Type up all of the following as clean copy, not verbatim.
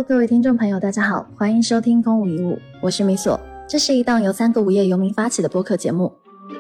各位听众朋友大家好，欢迎收听空无一物，我是米索。这是一档由3个无业游民发起的播客节目。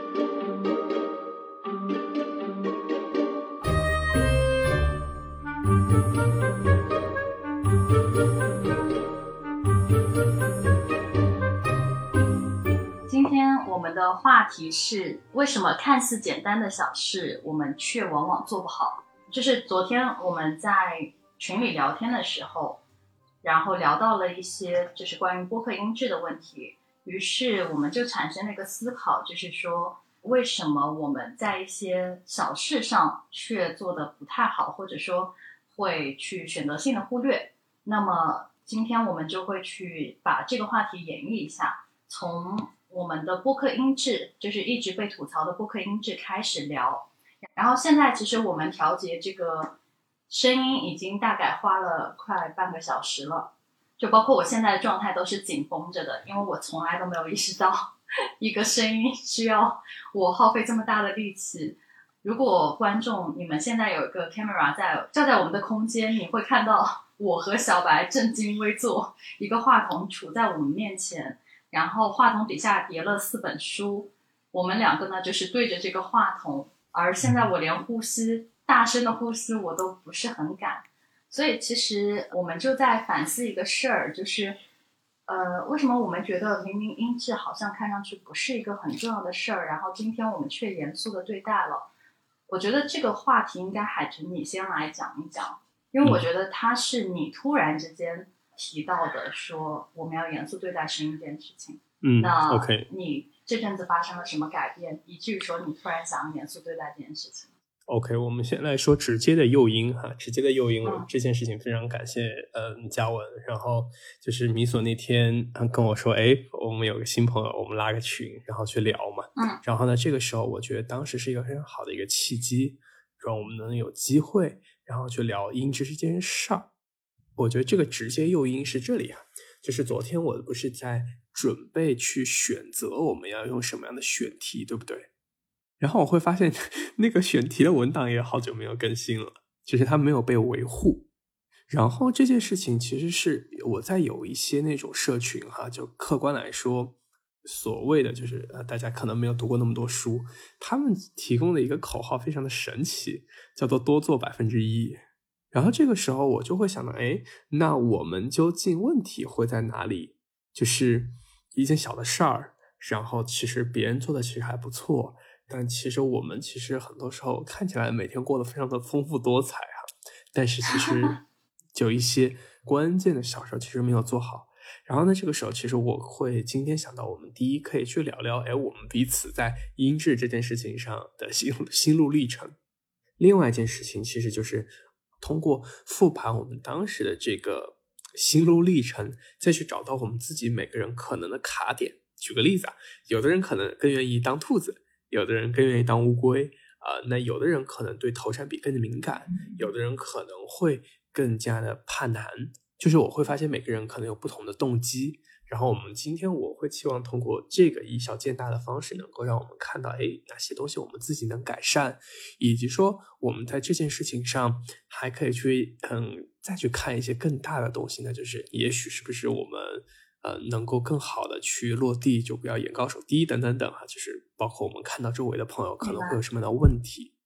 今天我们的话题是为什么看似简单的小事我们却往往做不好。就是昨天我们在群里聊天的时候，然后聊到了一些就是关于播客音质的问题，于是我们就产生了一个思考，就是说为什么我们在一些小事上却做得不太好，或者说会去选择性的忽略。那么今天我们就会去把这个话题演绎一下，从我们的播客音质，就是一直被吐槽的播客音质开始聊。然后现在其实我们调节这个声音已经大概花了快半个小时了，就包括我现在的状态都是紧绷着的，因为我从来都没有意识到一个声音需要我耗费这么大的力气。如果观众你们现在有一个 camera 照在我们的空间，你会看到我和小白正襟危坐，一个话筒杵在我们面前，然后话筒底下叠了4本书，我们两个呢就是对着这个话筒，而现在我连大声的呼吸我都不是很敢。所以其实我们就在反思一个事儿，就是为什么我们觉得明明音质好像看上去不是一个很重要的事儿，然后今天我们却严肃的对待了。我觉得这个话题应该海豚你先来讲一讲，因为我觉得它是你突然之间提到的，说我们要严肃对待声音这件事情。那 OK， 你这阵子发生了什么改变，以至于说你突然想严肃对待这件事情 ？OK， 我们先来说直接的诱因哈。直接的诱因，我这件事情非常感谢嘉文。然后就是米索那天跟我说，我们有个新朋友，我们拉个群，然后去聊嘛。然后呢，这个时候我觉得当时是一个非常好的一个契机，让我们能有机会，然后去聊音质这件事儿。我觉得这个直接诱因是这里啊，就是昨天我不是在准备去选择我们要用什么样的选题，对不对？然后我会发现那个选题的文档也好久没有更新了，就是它没有被维护。然后这件事情其实是我在有一些那种社群哈，就客观来说，所谓的就是大家可能没有读过那么多书，他们提供的一个口号非常的神奇，叫做多做1%。然后这个时候我就会想到，那我们究竟问题会在哪里？就是一件小的事儿，然后其实别人做的其实还不错，但其实我们其实很多时候看起来每天过得非常的丰富多彩啊，但是其实就一些关键的小事其实没有做好。然后呢，这个时候其实我会今天想到，我们第一可以去聊聊，我们彼此在音质这件事情上的心路历程。另外一件事情其实就是通过复盘我们当时的这个心路历程，再去找到我们自己每个人可能的卡点。举个例子啊，有的人可能更愿意当兔子，有的人更愿意当乌龟，那有的人可能对投产比更敏感，有的人可能会更加的怕难。就是我会发现每个人可能有不同的动机，然后今天我会期望通过这个以小见大的方式，能够让我们看到哪些东西我们自己能改善，以及说我们在这件事情上还可以去再去看一些更大的东西呢，就是也许是不是我们能够更好的去落地，就不要眼高手低等等等哈，就是包括我们看到周围的朋友可能会有什么样的问题。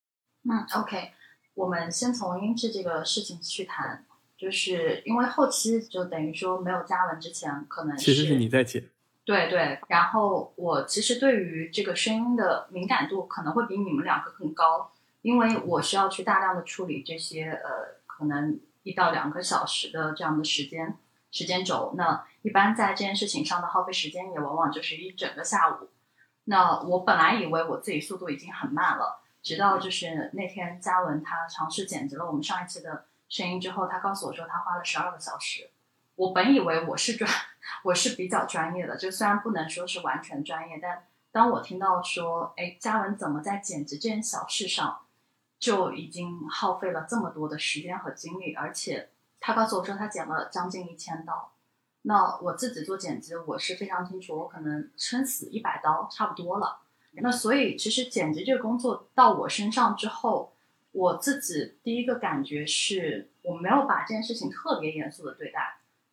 OK， 我们先从音质这个事情去谈。就是因为后期就等于说没有嘉文之前，可能其实是你在剪。 对，然后我其实对于这个声音的敏感度可能会比你们2个更高，因为我需要去大量的处理这些可能1到2个小时的这样的时间轴。那一般在这件事情上的耗费时间也往往就是一整个下午。那我本来以为我自己速度已经很慢了，直到就是那天嘉文他尝试剪辑了我们上一期的声音之后，他告诉我说他花了12个小时。我本以为我是比较专业的，就虽然不能说是完全专业，但当我听到说嘉文怎么在剪辑这件小事上就已经耗费了这么多的时间和精力，而且他告诉我说他剪了将近1000刀。那我自己做剪辑我是非常清楚，我可能撑死100刀差不多了。那所以其实剪辑这个工作到我身上之后，我自己第一个感觉是我没有把这件事情特别严肃的对待，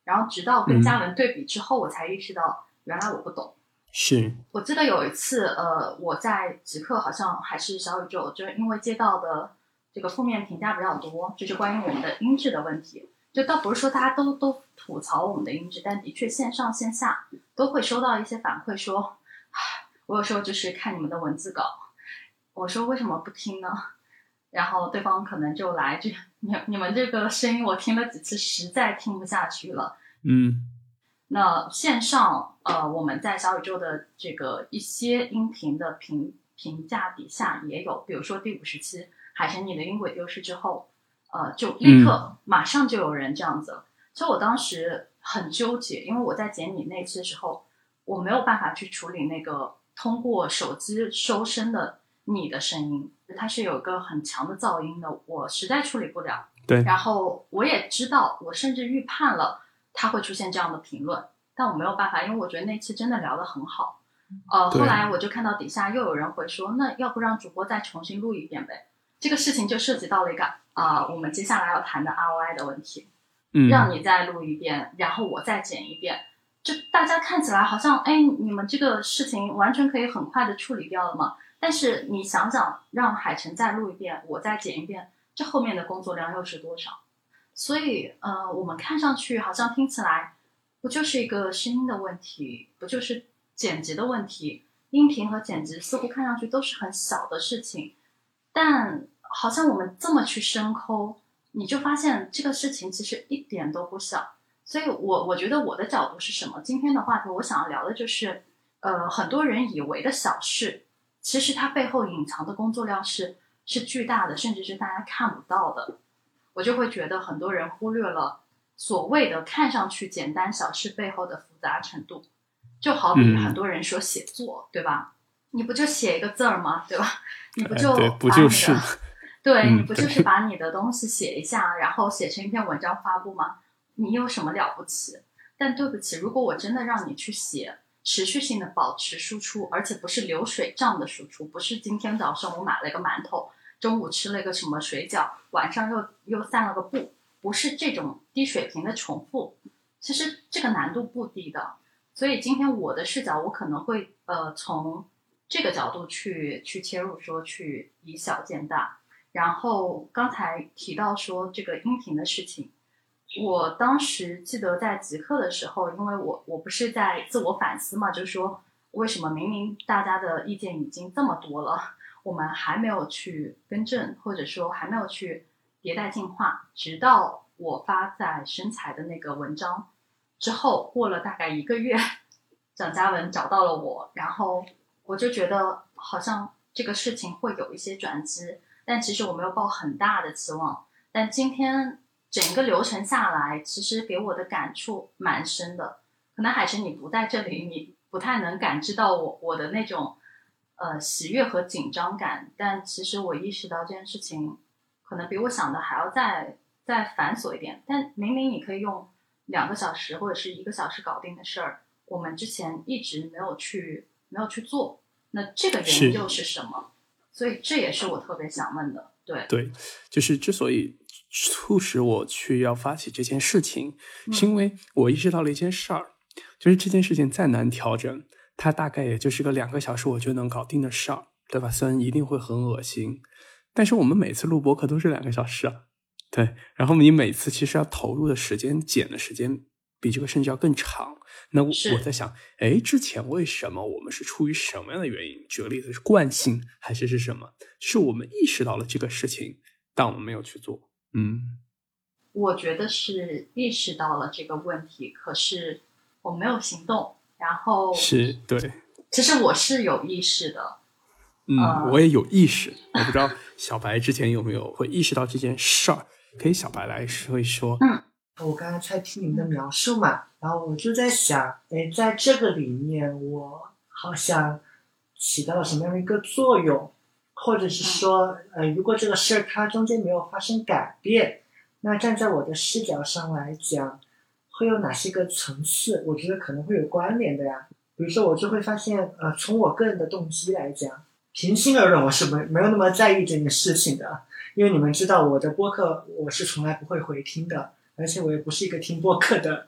然后直到跟嘉文对比之后，我才意识到原来我不懂。 是， 我记得有一次，我在极客好像还是小宇宙，就是因为接到的这个负面评价比较多，就是关于我们的音质的问题。就倒不是说大家都吐槽我们的音质，但的确线上线下都会收到一些反馈说，我有时候就是看你们的文字稿，我说为什么不听呢？然后对方可能就来这你们这个声音我听了几次，实在听不下去了。那线上我们在小宇宙的这个一些音频的评价底下也有，比如说第50期海神你的音轨丢失之后，就立刻马上就有人这样子。所以我当时很纠结，因为我在剪你那期的时候，我没有办法去处理那个通过手机收声的你的声音，它是有一个很强的噪音的，我实在处理不了。 对， 然后我也知道，我甚至预判了它会出现这样的评论，但我没有办法，因为我觉得那期真的聊得很好。后来我就看到底下又有人会说，那要不让主播再重新录一遍呗？这个事情就涉及到了一个我们接下来要谈的 ROI 的问题。让你再录一遍，然后我再剪一遍，就大家看起来好像你们这个事情完全可以很快的处理掉了嘛。但是你想想，让海晨再录一遍，我再剪一遍，这后面的工作量又是多少？所以我们看上去好像听起来不就是一个声音的问题，不就是剪辑的问题，音频和剪辑似乎看上去都是很小的事情，但好像我们这么去深抠，你就发现这个事情其实一点都不小。所以我觉得我的角度是什么？今天的话题我想要聊的就是很多人以为的小事，其实它背后隐藏的工作量是巨大的，甚至是大家看不到的。我就会觉得很多人忽略了所谓的看上去简单小事背后的复杂程度。就好比很多人说写作，对吧？你不就写一个字儿吗？对吧？你不就把你的不就是对，你不就是把你的东西写一下，然后写成一篇文章发布吗？你有什么了不起？但对不起，如果我真的让你去写，持续性的保持输出，而且不是流水账的输出，不是今天早上我买了一个馒头，中午吃了一个什么水饺，晚上又散了个步，不是这种低水平的重复，其实这个难度不低的。所以今天我的视角，我可能会从这个角度去切入，说去以小见大。然后刚才提到说这个音频的事情，我当时记得在极客的时候，因为我不是在自我反思嘛，就是说为什么明明大家的意见已经这么多了，我们还没有去更正，或者说还没有去迭代进化，直到我发在生财的那个文章之后，过了大概1个月，蒋嘉文找到了我，然后我就觉得好像这个事情会有一些转机，但其实我没有抱很大的期望。但今天整个流程下来，其实给我的感触蛮深的。可能海神你不在这里，你不太能感知到我的那种喜悦和紧张感，但其实我意识到这件事情可能比我想的还要再繁琐一点。但明明你可以用2个小时或者是1个小时搞定的事儿，我们之前一直没有去做，那这个原因又是什么？所以这也是我特别想问的。对， 就是之所以促使我去要发起这件事情，是因为我意识到了一件事儿，就是这件事情再难调整，它大概也就是个2个小时我就能搞定的事儿，对吧？虽然一定会很恶心，但是我们每次录播客都是2个小时啊，对。然后你每次其实要投入的时间、剪的时间比这个甚至要更长。那我在想，之前为什么我们是出于什么样的原因？举个例子，是惯性还是什么？是我们意识到了这个事情，但我们没有去做。 我觉得是意识到了这个问题，可是我没有行动。然后是对， 其实我是有意识的。 我也有意识。我不知道小白之前有没有会意识到这件事儿，可以小白来说一说。 我刚才在听你们的描述嘛，然后我就在想，在这个里面我好像起到了什么样的一个作用，或者是说如果这个事儿它中间没有发生改变，那站在我的视角上来讲会有哪些个层次，我觉得可能会有关联的呀。比如说我就会发现从我个人的动机来讲，平心而论我是没有那么在意这件事情的，因为你们知道我的播客我是从来不会回听的，而且我也不是一个听播客的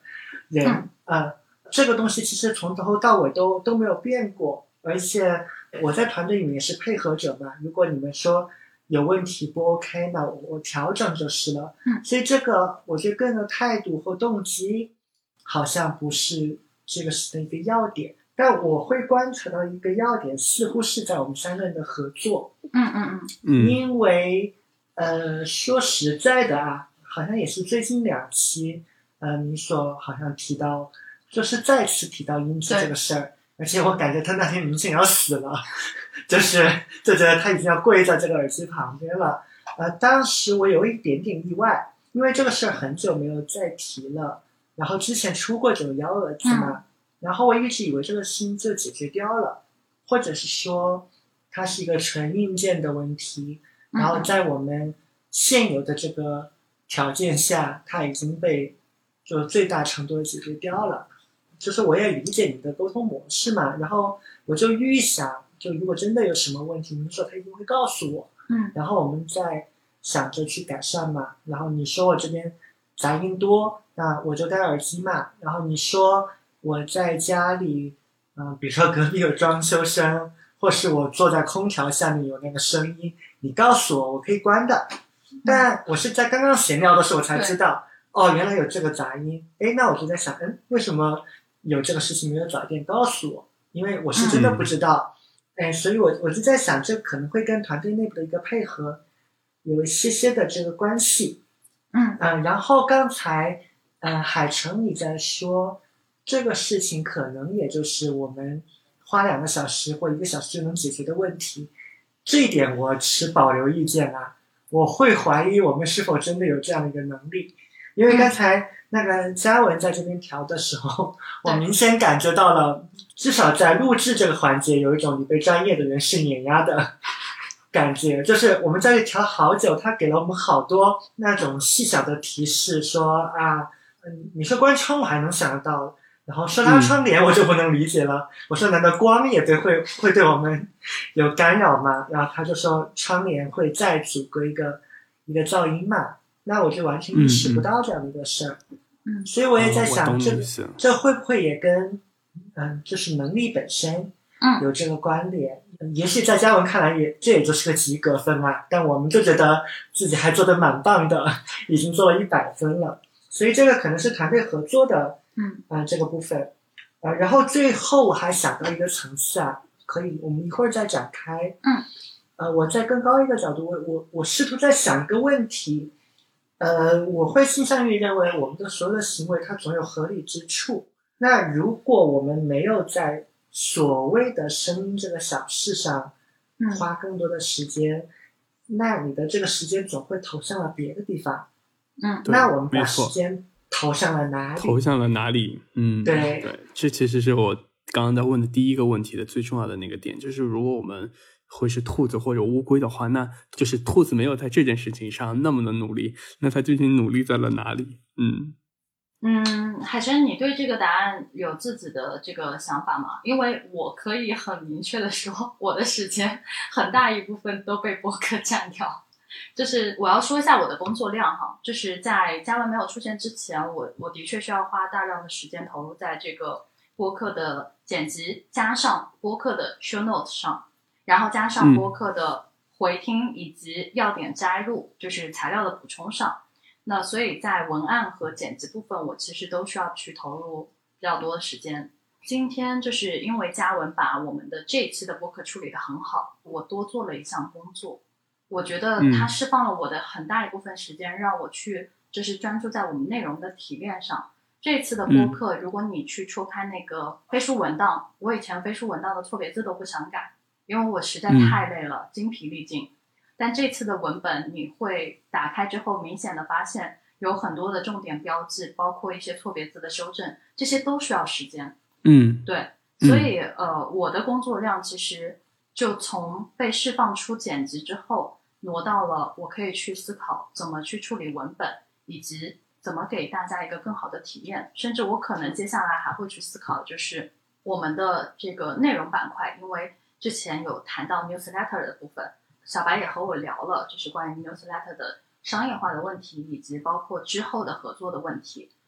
人，这个东西其实从头到尾都没有变过，而且我在团队里面也是配合者嘛，如果你们说有问题不 OK， 那我调整就是了。所以这个我觉得个人的态度和动机好像不是这个事的一个要点，但我会观察到一个要点，似乎是在我们3个人的合作。因为说实在的啊，好像也是最近2期，你所好像提到，就是再次提到英子这个事儿，而且我感觉他那天明显要死了，就觉得他已经要跪在这个耳机旁边了。当时我有一点点意外，因为这个事儿很久没有再提了，然后之前出过这个幺蛾子嘛，然后我一直以为这个事情就解决掉了，或者是说它是一个纯硬件的问题，然后在我们现有的这个条件下，它已经被就最大程度的解决掉了。就是我也理解你的沟通模式嘛，然后我就预想，就如果真的有什么问题，你说他一定会告诉我，然后我们再想着去改善嘛。然后你说我这边杂音多，那我就戴耳机嘛。然后你说我在家里，比如说隔壁有装修声，或是我坐在空调下面有那个声音，你告诉我，我可以关的。但我是在刚刚闲聊的时候我才知道，原来有这个杂音。那我就在想，为什么有这个事情没有早点告诉我？因为我是真的不知道。所以我就在想，这可能会跟团队内部的一个配合有一些的这个关系。然后刚才海城你在说这个事情可能也就是我们花2个小时或1个小时就能解决的问题，这一点我持保留意见啊。我会怀疑我们是否真的有这样的一个能力，因为刚才那个嘉文在这边调的时候，我明显感觉到了，至少在录制这个环节有一种你被专业的人士碾压的感觉，就是我们在这调好久，他给了我们好多那种细小的提示，说你说关窗我还能想得到，然后说拉窗帘我就不能理解了。我说难道光也会对我们有干扰吗？然后他就说窗帘会再阻隔一个噪音嘛。那我就完全意识不到这样的一个事儿。所以我也在想，这会不会也跟就是能力本身有这个关联？也许在嘉文看来这也就是个及格分嘛，但我们就觉得自己还做得蛮棒的，已经做了100分了。所以这个可能是团队合作的这个部分。然后最后我还想到一个层次啊，可以我们一会儿再展开。我在更高一个角度，我试图在想一个问题。我会倾向于认为我们的所有的行为它总有合理之处。那如果我们没有在所谓的声音这个小事上花更多的时间，那你的这个时间总会投向了别的地方。那我们把时间投向了哪里？ 对，这其实是我刚刚在问的第一个问题的最重要的那个点，就是如果我们会是兔子或者乌龟的话，那就是兔子没有在这件事情上那么的努力，那它究竟努力在了哪里？ 海生，你对这个答案有自己的这个想法吗？因为我可以很明确的说，我的时间很大一部分都被播客占掉。就是我要说一下我的工作量哈，就是在嘉文没有出现之前，我的确需要花大量的时间投入在这个播客的剪辑，加上播客的 show notes 上，然后加上播客的回听以及要点摘录，就是材料的补充上。那所以在文案和剪辑部分，我其实都需要去投入比较多的时间。今天就是因为嘉文把我们的这一期的播客处理得很好，我多做了一项工作。我觉得它释放了我的很大一部分时间，让我去就是专注在我们内容的提炼上。这次的播客，如果你去戳开那个飞书文档，我以前飞书文档的错别字都不想改，因为我实在太累了，精疲力尽。但这次的文本你会打开之后明显的发现有很多的重点标记，包括一些错别字的修正，这些都需要时间。对，所以我的工作量其实就从被释放出剪辑之后，挪到了我可以去思考怎么去处理文本，以及怎么给大家一个更好的体验。甚至我可能接下来还会去思考，就是我们的这个内容板块，因为之前有谈到 newsletter 的部分，小白也和我聊了，就是关于 newsletter 的商业化的问题，以及包括之后的合作的问题。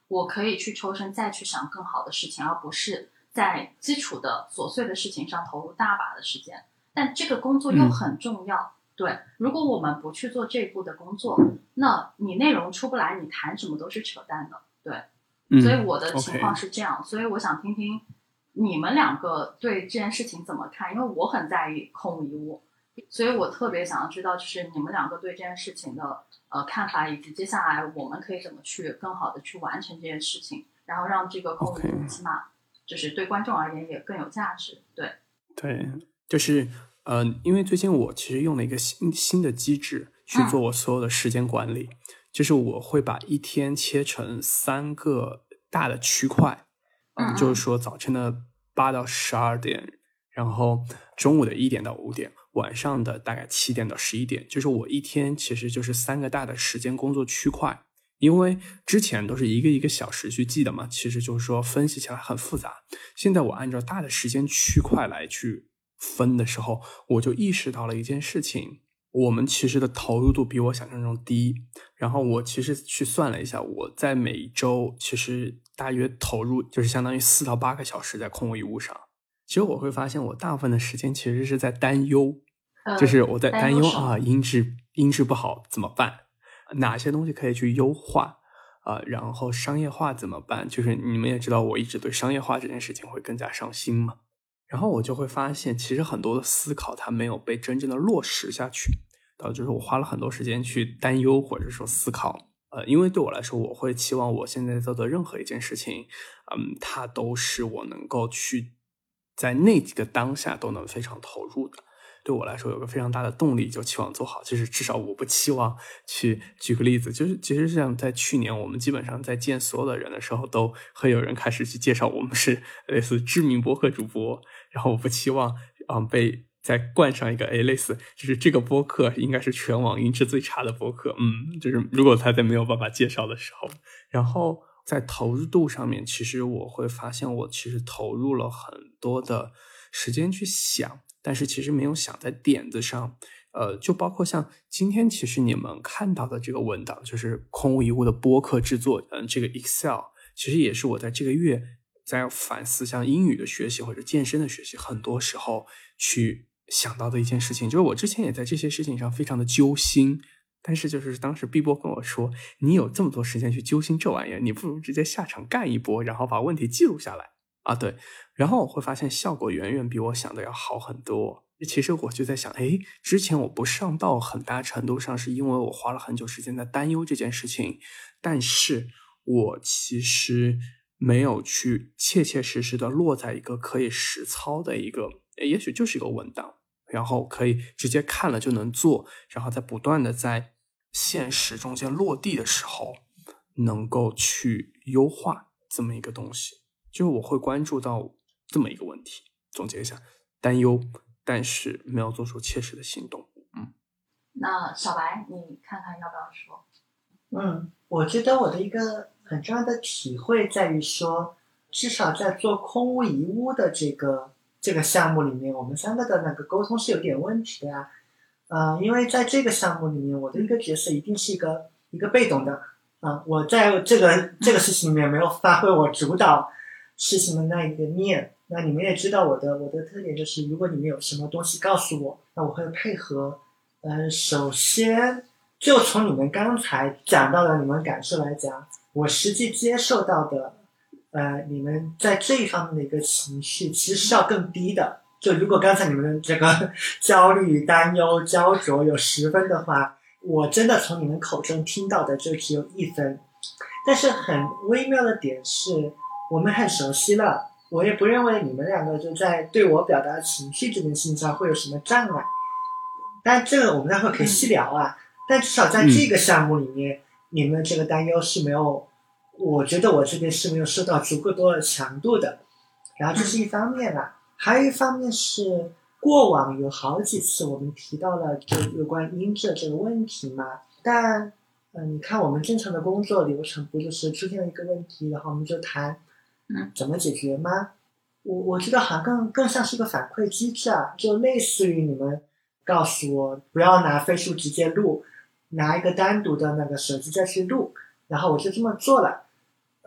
我可以去抽身再去想更好的事情，而不是在基础的琐碎的事情上投入大把的时间。但这个工作又很重要，对，如果我们不去做这一步的工作，那你内容出不来，你谈什么都是扯淡的，对。所以我的情况是这样，所以我想听听你们两个对这件事情怎么看，因为我很在意空无一物，所以我特别想要知道就是你们两个对这件事情的看法，以及接下来我们可以怎么去更好的去完成这件事情，然后让这个空无一物起码就是对观众而言也更有价值。 对，就是因为最近我其实用了一个新的机制去做我所有的时间管理，就是我会把一天切成3个大的区块，就是说早晨的8到12点，然后中午的1点到5点，晚上的大概7点到11点，就是我一天其实就是3个大的时间工作区块。因为之前都是一个一个小时去记的嘛，其实就是说分析起来很复杂。现在我按照大的时间区块来去分的时候，我就意识到了一件事情，我们其实的投入度比我想象中低。然后我其实去算了一下，我在每一周其实大约投入就是相当于4到8个小时在空无一物上。其实我会发现我大部分的时间其实是在担忧，就是我在担忧音质不好怎么办，哪些东西可以去优化然后商业化怎么办，就是你们也知道我一直对商业化这件事情会更加上心嘛。然后我就会发现其实很多的思考它没有被真正的落实下去，就是我花了很多时间去担忧或者说思考因为对我来说，我会期望我现在做的任何一件事情它都是我能够去在那几个当下都能非常投入的。对我来说有个非常大的动力，就期望做好，就是至少我不期望去举个例子，就是其实像在去年我们基本上在见所有的人的时候，都会有人开始去介绍我们是类似知名播客主播，然后我不期望被再冠上一个类似就是这个播客应该是全网音质最差的播客，就是如果他在没有办法介绍的时候。然后在投入度上面，其实我会发现我其实投入了很多的时间去想，但是其实没有想在点子上，就包括像今天其实你们看到的这个文档，就是空无一物的播客制作，这个 Excel 其实也是我在这个月在反思像英语的学习或者健身的学习，很多时候去想到的一件事情。就是我之前也在这些事情上非常的揪心，但是就是当时毕波跟我说，你有这么多时间去揪心这玩意儿，你不如直接下场干一波，然后把问题记录下来对。然后我会发现效果远远比我想的要好很多。其实我就在想，之前我不上道很大程度上是因为我花了很久时间在担忧这件事情，但是我其实没有去切切实实的落在一个可以实操的一个，也许就是一个文档，然后可以直接看了就能做，然后在不断的在现实中间落地的时候能够去优化这么一个东西。就是我会关注到这么一个问题，总结一下，担忧但是没有做出切实的行动。 那小白你看看要不要说？ 我觉得我的一个很重要的体会在于说，至少在做空无一物的这个项目里面，我们3个的那个沟通是有点问题的呀。因为在这个项目里面，我的一个角色一定是一个被动的我在这个事情里面没有发挥我主导事情的那一个面。那你们也知道我的特点就是，如果你们有什么东西告诉我，那我会配合。首先就从你们刚才讲到的你们感受来讲，我实际接受到的你们在这一方面的一个情绪其实是要更低的。就如果刚才你们的这个焦虑、担忧、焦灼有10分的话，我真的从你们口中听到的就只有1分。但是很微妙的点是，我们很熟悉了，我也不认为你们2个就在对我表达情绪这件事情上会有什么障碍。但这个我们待会可以细聊但至少在这个项目里面，你们这个担忧是没有，我觉得我这边是没有受到足够多的强度的。然后这是一方面还有一方面是过往有好几次我们提到了就有关音质这个问题嘛，但你看我们正常的工作流程不就是出现了一个问题，然后我们就谈怎么解决吗？我觉得好像更像是一个反馈机制就类似于你们告诉我不要拿飞书直接录，拿一个单独的那个手机再去录，然后我就这么做了。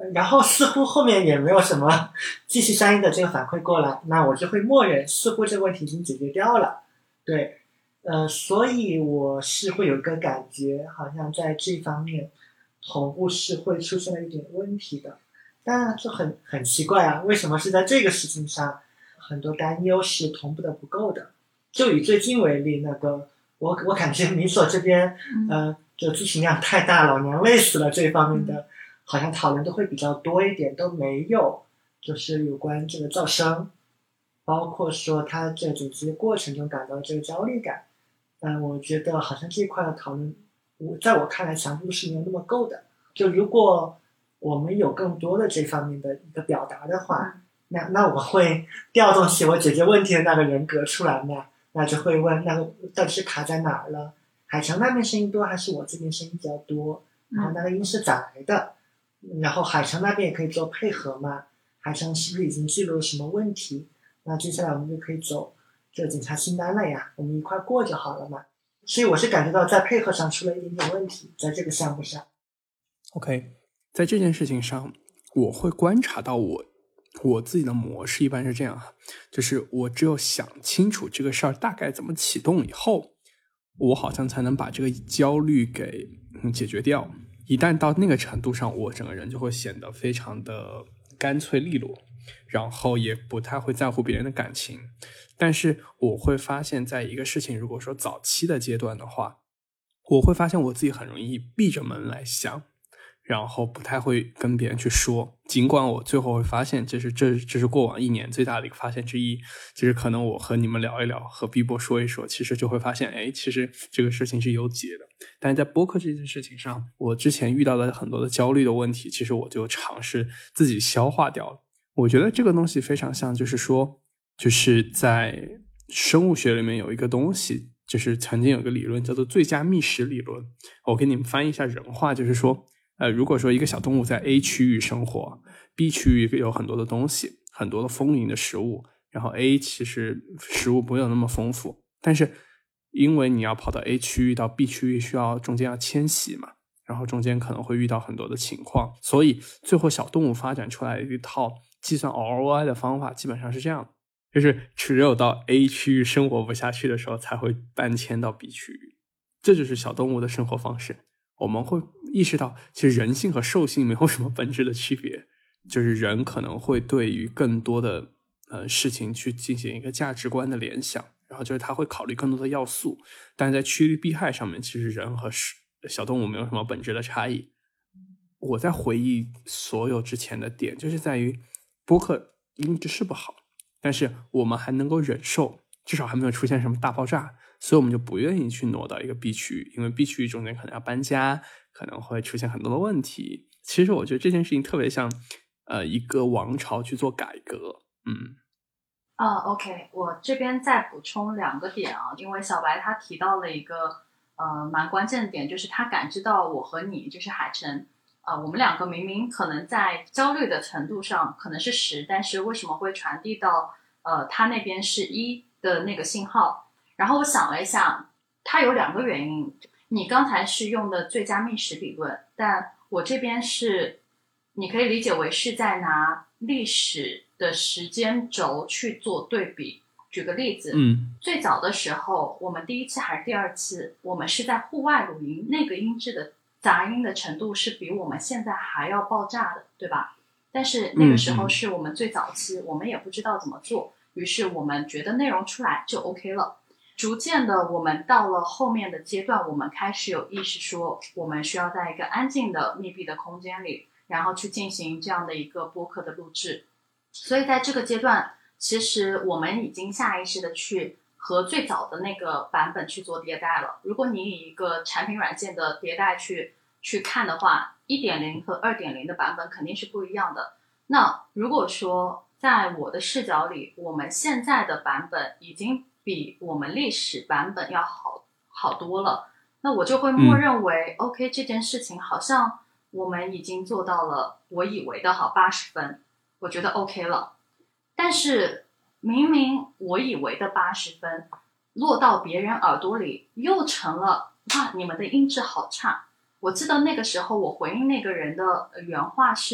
然后似乎后面也没有什么继续相应的这个反馈过来，那我就会默认似乎这个问题已经解决掉了。对，所以我是会有一个感觉，好像在这方面同步是会出现了一点问题的。但就很奇怪啊，为什么是在这个事情上很多担忧是同步的不够的？就以最近为例，那个我感觉米所这边就咨询量太大，老娘累死了这方面的好像讨论都会比较多一点，都没有就是有关这个噪声，包括说他这整集过程中感到这个焦虑感。我觉得好像这一块的讨论在我看来强度是没有那么够的。就如果我们有更多的这方面的一个表达的话，那我会调动起我解决问题的那个人格出来嘛，那就会问那个到底是卡在哪儿了，海城那边声音多还是我这边声音比较多，然后那个音是咋来的，然后海城那边也可以做配合嘛，海城是不是已经记录了什么问题，那接下来我们就可以走这个检查清单了呀，我们一块过就好了嘛。所以我是感觉到在配合上出了一点点问题，在这个项目上。 OK， 在这件事情上，我会观察到我自己的模式一般是这样，就是我只有想清楚这个事儿大概怎么启动以后，我好像才能把这个焦虑给解决掉。一旦到那个程度上，我整个人就会显得非常的干脆利落，然后也不太会在乎别人的感情。但是我会发现，在一个事情如果说早期的阶段的话，我会发现我自己很容易闭着门来想，然后不太会跟别人去说，尽管我最后会发现这是过往1年最大的一个发现之一，就是可能我和你们聊一聊，和 B 波说一说，其实就会发现其实这个事情是有解的。但是在播客这件事情上，我之前遇到的很多的焦虑的问题，其实我就尝试自己消化掉了。我觉得这个东西非常像，就是说就是在生物学里面有一个东西，就是曾经有一个理论叫做最佳觅食理论，我给你们翻译一下人话，就是说如果说一个小动物在 A 区域生活， B 区域有很多的东西，很多的丰盈的食物，然后 A 其实食物不会有那么丰富，但是因为你要跑到 A 区域到 B 区域需要中间要迁徙嘛，然后中间可能会遇到很多的情况，所以最后小动物发展出来的一套计算 ROI 的方法基本上是这样，就是只有到 A 区域生活不下去的时候才会搬迁到 B 区域，这就是小动物的生活方式。我们会意识到其实人性和兽性没有什么本质的区别，就是人可能会对于更多的事情去进行一个价值观的联想，然后就是他会考虑更多的要素，但是在趋利避害上面，其实人和小动物没有什么本质的差异。我在回忆所有之前的点，就是在于播客音质是不好，但是我们还能够忍受，至少还没有出现什么大爆炸，所以我们就不愿意去挪到一个 B 区域，因为 B 区域中间可能要搬家，可能会出现很多的问题。其实我觉得这件事情特别像一个王朝去做改革。 OK， 我这边再补充2个点啊，因为小白他提到了一个蛮关键的点，就是他感知到我和你就是海晨我们2个明明可能在焦虑的程度上可能是10，但是为什么会传递到他那边是1的那个信号。然后我想了一下，它有2个原因，你刚才是用的最佳觅食理论，但我这边是你可以理解为是在拿历史的时间轴去做对比。举个例子，最早的时候我们第1期还是第2期，我们是在户外录音，那个音质的杂音的程度是比我们现在还要爆炸的，对吧？但是那个时候是我们最早期，我们也不知道怎么做，于是我们觉得内容出来就 OK 了。逐渐的我们到了后面的阶段，我们开始有意识说我们需要在一个安静的密闭的空间里，然后去进行这样的一个播客的录制。所以在这个阶段，其实我们已经下意识的去和最早的那个版本去做迭代了。如果你以一个产品软件的迭代去看的话， 1.0 和 2.0 的版本肯定是不一样的。那如果说在我的视角里，我们现在的版本已经比我们历史版本要好多了，那我就会默认为OK， 这件事情好像我们已经做到了我以为的好80分，我觉得 OK 了。但是明明我以为的80分落到别人耳朵里又成了哇，你们的音质好差。我记得那个时候我回应那个人的原话是，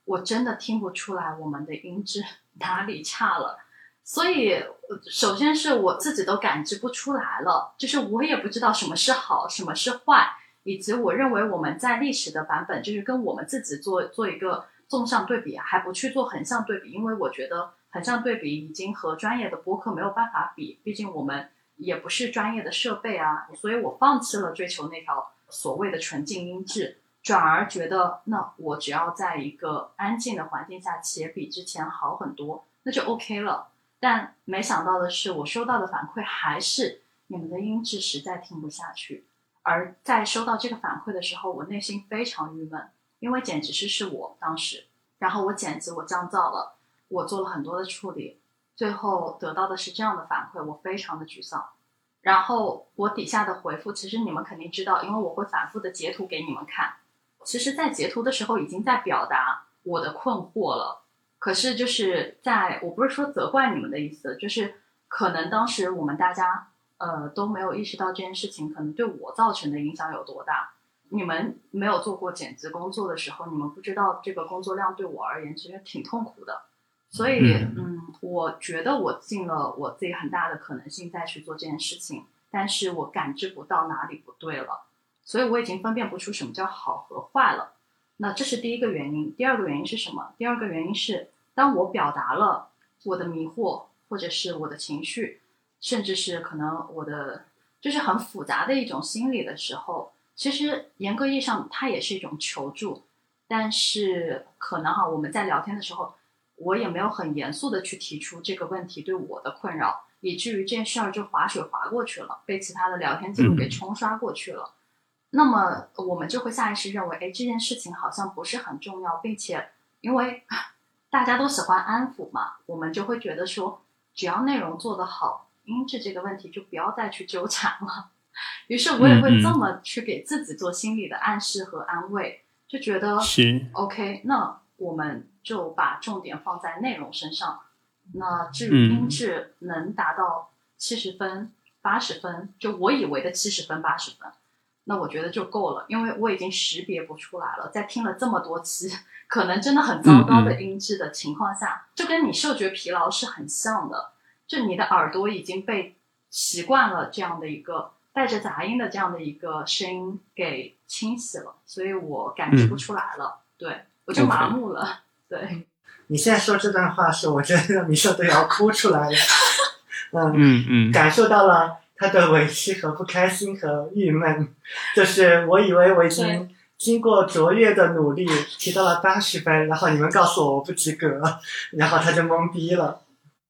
我真的听不出来我们的音质哪里差了。所以首先是我自己都感知不出来了，就是我也不知道什么是好什么是坏，以及我认为我们在历史的版本就是跟我们自己做一个纵向对比，还不去做横向对比，因为我觉得横向对比已经和专业的播客没有办法比，毕竟我们也不是专业的设备啊，所以我放弃了追求那条所谓的纯净音质，转而觉得那我只要在一个安静的环境下且比之前好很多，那就 OK 了。但没想到的是，我收到的反馈还是你们的音质实在听不下去。而在收到这个反馈的时候，我内心非常郁闷，因为剪辑师是我当时，然后我剪辑我降噪了，我做了很多的处理，最后得到的是这样的反馈，我非常的沮丧。然后我底下的回复，其实你们肯定知道，因为我会反复的截图给你们看。其实在截图的时候已经在表达我的困惑了，可是就是我不是说责怪你们的意思，就是可能当时我们大家都没有意识到这件事情可能对我造成的影响有多大。你们没有做过剪辑工作的时候，你们不知道这个工作量对我而言其实挺痛苦的。所以我觉得我尽了我自己很大的可能性再去做这件事情，但是我感知不到哪里不对了，所以我已经分辨不出什么叫好和坏了。那这是第一个原因。第二个原因是什么？第二个原因是当我表达了我的迷惑或者是我的情绪，甚至是可能我的就是很复杂的一种心理的时候，其实严格意义上它也是一种求助，但是可能我们在聊天的时候我也没有很严肃的去提出这个问题对我的困扰，以至于这件事儿就划水划过去了，被其他的聊天记录给冲刷过去了。那么我们就会下意识认为，哎，这件事情好像不是很重要，并且因为大家都喜欢安抚嘛，我们就会觉得说，只要内容做得好，音质这个问题就不要再去纠缠了。于是我也会这么去给自己做心理的暗示和安慰，就觉得是 OK， 那我们就把重点放在内容身上。那至于音质能达到70分、80分，就我以为的70分、80分。那我觉得就够了，因为我已经识别不出来了。在听了这么多期可能真的很糟糕的音质的情况下，就跟你嗅觉疲劳是很像的，就你的耳朵已经被习惯了这样的一个带着杂音的这样的一个声音给清洗了，所以我感知不出来了。对，我就麻木了。对， 你现在说这段话是我真的米秀都要哭出来了。感受到了他的委屈和不开心和郁闷，就是我以为我已经经过卓越的努力提到了80分，然后你们告诉我不及格，然后他就懵逼了。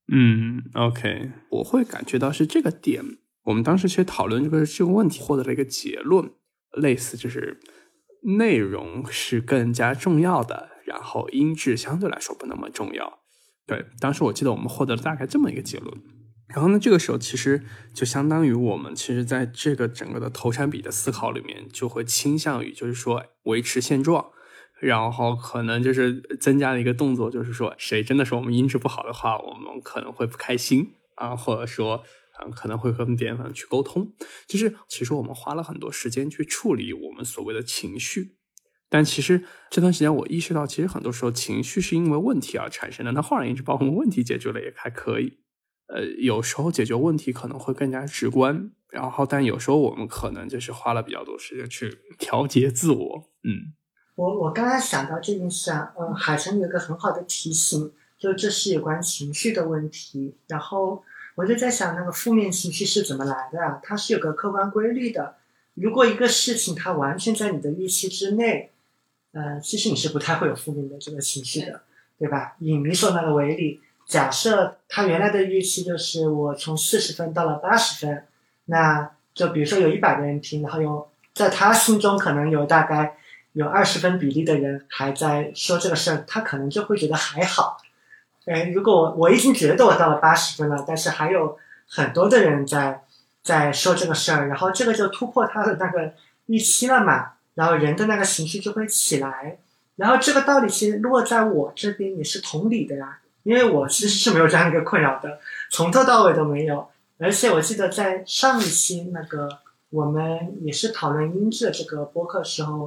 OK， 我会感觉到是这个点。我们当时其实讨论这个问题，获得了一个结论，类似就是内容是更加重要的，然后音质相对来说不那么重要。对，当时我记得我们获得了大概这么一个结论。然后呢，这个时候其实就相当于我们其实在这个整个的投产比的思考里面，就会倾向于就是说维持现状，然后可能就是增加了一个动作，就是说谁真的说我们音质不好的话，我们可能会不开心啊，或者说可能会和别人去沟通。就是其实我们花了很多时间去处理我们所谓的情绪，但其实这段时间我意识到，其实很多时候情绪是因为问题而产生的。那后来一直把我们问题解决了也还可以。有时候解决问题可能会更加直观，然后但有时候我们可能就是花了比较多时间去调节自我。 我刚才想到这件事啊，海晨有一个很好的提醒，就这是有关情绪的问题。然后我就在想，那个负面情绪是怎么来的啊？它是有个客观规律的。如果一个事情它完全在你的预期之内，其实你是不太会有负面的这个情绪的，对吧？以米索那个为例。假设他原来的预期就是我从40分到了80分，那就比如说有100个人听，然后在他心中可能大概有20分比例的人还在说这个事儿，他可能就会觉得还好。如果我已经觉得我到了80分了，但是还有很多的人在说这个事儿，然后这个就突破他的那个预期了嘛，然后人的那个情绪就会起来，然后这个道理其实落在我这边也是同理的呀。因为我其实是没有这样一个困扰的，从头到尾都没有。而且我记得在上一期那个我们也是讨论音质这个播客的时候，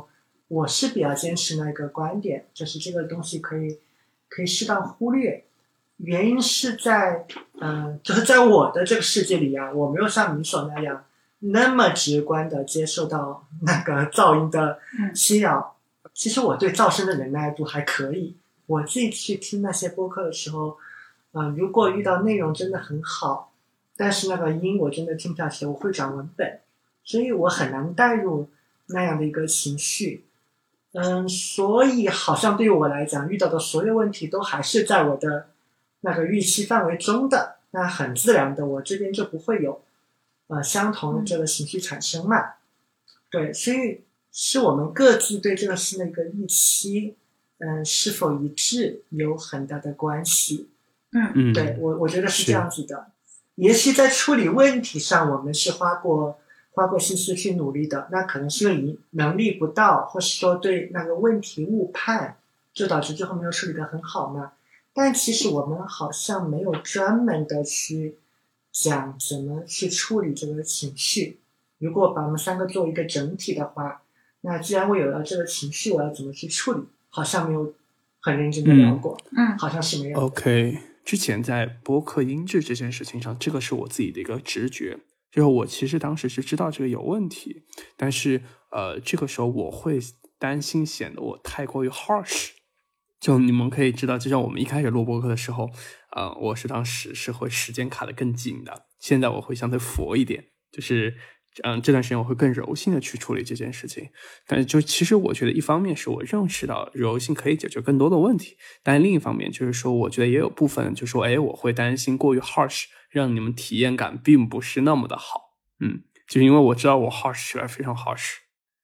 我是比较坚持那个观点，就是这个东西可以适当忽略。原因是在就是在我的这个世界里啊，我没有像你所那样那么直观的接受到那个噪音的侵扰。其实我对噪声的忍耐度还可以，我自己去听那些播客的时候，如果遇到内容真的很好，但是那个音我真的听不下去，我会转文本，所以我很难带入那样的一个情绪。所以好像对于我来讲，遇到的所有问题都还是在我的那个预期范围中的，那很自然的，我这边就不会有相同的这个情绪产生嘛。对，所以是我们各自对这个事的一个预期，是否一致有很大的关系。对，我觉得是这样子的。也许在处理问题上，我们是花过心思去努力的，那可能是因为你能力不到，或是说对那个问题误判，就导致最后没有处理得很好嘛。但其实我们好像没有专门的去讲怎么去处理这个情绪。如果把我们三个做一个整体的话，那既然我有了这个情绪，我要怎么去处理？好像没有很认真的聊过，好像是没有。 OK， 之前在播客音质这件事情上，这个是我自己的一个直觉，就是我其实当时是知道这个有问题，但是这个时候我会担心显得我太过于 harsh。就你们可以知道，就像我们一开始录播客的时候，我是当时是会时间卡得更紧的，现在我会相对佛一点，就是这段时间我会更柔性的去处理这件事情。但是就其实我觉得一方面是我认识到柔性可以解决更多的问题，但另一方面就是说我觉得也有部分就是说我会担心过于 harsh， 让你们体验感并不是那么的好。就是因为我知道我 harsh 起来非常 harsh。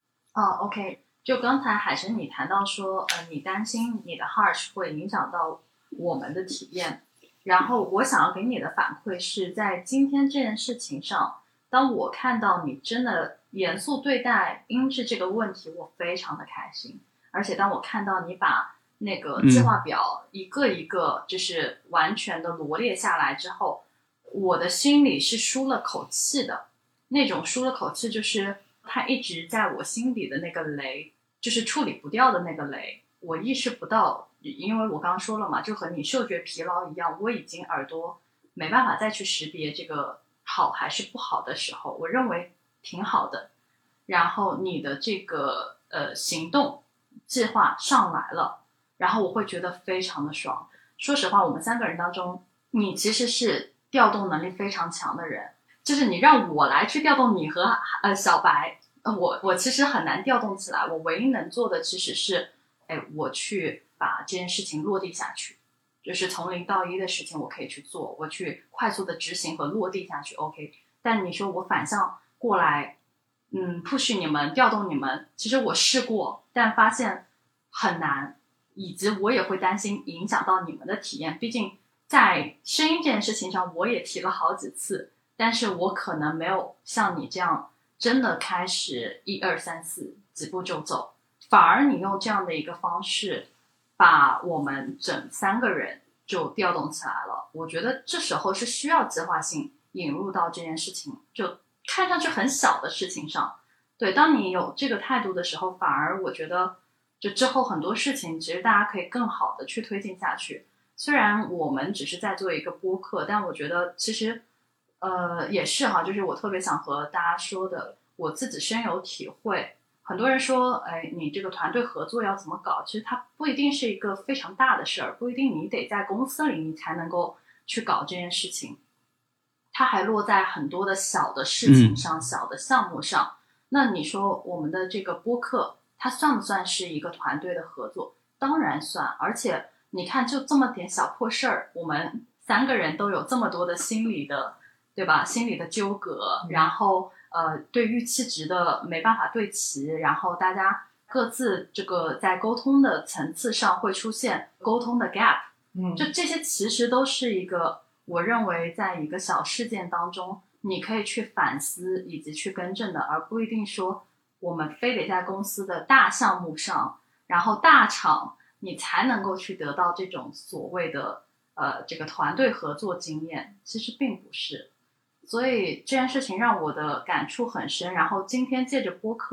OK， 就刚才海神你谈到说你担心你的 harsh 会影响到我们的体验，然后我想要给你的反馈是在今天这件事情上，当我看到你真的严肃对待音质这个问题，我非常的开心。而且当我看到你把那个计划表一个一个就是完全的罗列下来之后，我的心里是舒了口气的。那种舒了口气就是它一直在我心底的那个雷，就是处理不掉的那个雷，我意识不到。因为我刚刚说了嘛，就和你嗅觉疲劳一样，我已经耳朵没办法再去识别这个好还是不好的时候，我认为挺好的。然后你的这个行动计划上来了，然后我会觉得非常的爽。说实话，我们三个人当中，你其实是调动能力非常强的人，就是你让我来去调动你和小白，我其实很难调动起来。我唯一能做的其实是，我去把这件事情落地下去，就是从0到1的事情我可以去做，我去快速的执行和落地下去 OK。 但你说我反向过来push 你们调动你们，其实我试过，但发现很难，以及我也会担心影响到你们的体验。毕竟在声音这件事情上我也提了好几次，但是我可能没有像你这样真的开始1、2、3、4几步就走，反而你用这样的一个方式把我们整3个人就调动起来了。我觉得这时候是需要计划性引入到这件事情，就看上去很小的事情上。对，当你有这个态度的时候，反而我觉得就之后很多事情其实大家可以更好的去推进下去。虽然我们只是在做一个播客，但我觉得其实也是哈，就是我特别想和大家说的，我自己深有体会。很多人说你这个团队合作要怎么搞，其实它不一定是一个非常大的事儿，不一定你得在公司里你才能够去搞这件事情，它还落在很多的小的事情上，小的项目上。那你说我们的这个播客它算不算是一个团队的合作？当然算。而且你看就这么点小破事儿，我们3个人都有这么多的心理的，对吧？心理的纠葛，然后对预期值的没办法对齐，然后大家各自这个在沟通的层次上会出现沟通的 gap。就这些其实都是一个我认为在一个小事件当中你可以去反思以及去更正的，而不一定说我们非得在公司的大项目上，然后大厂你才能够去得到这种所谓的这个团队合作经验，其实并不是。所以这件事情让我的感触很深，然后今天借着播客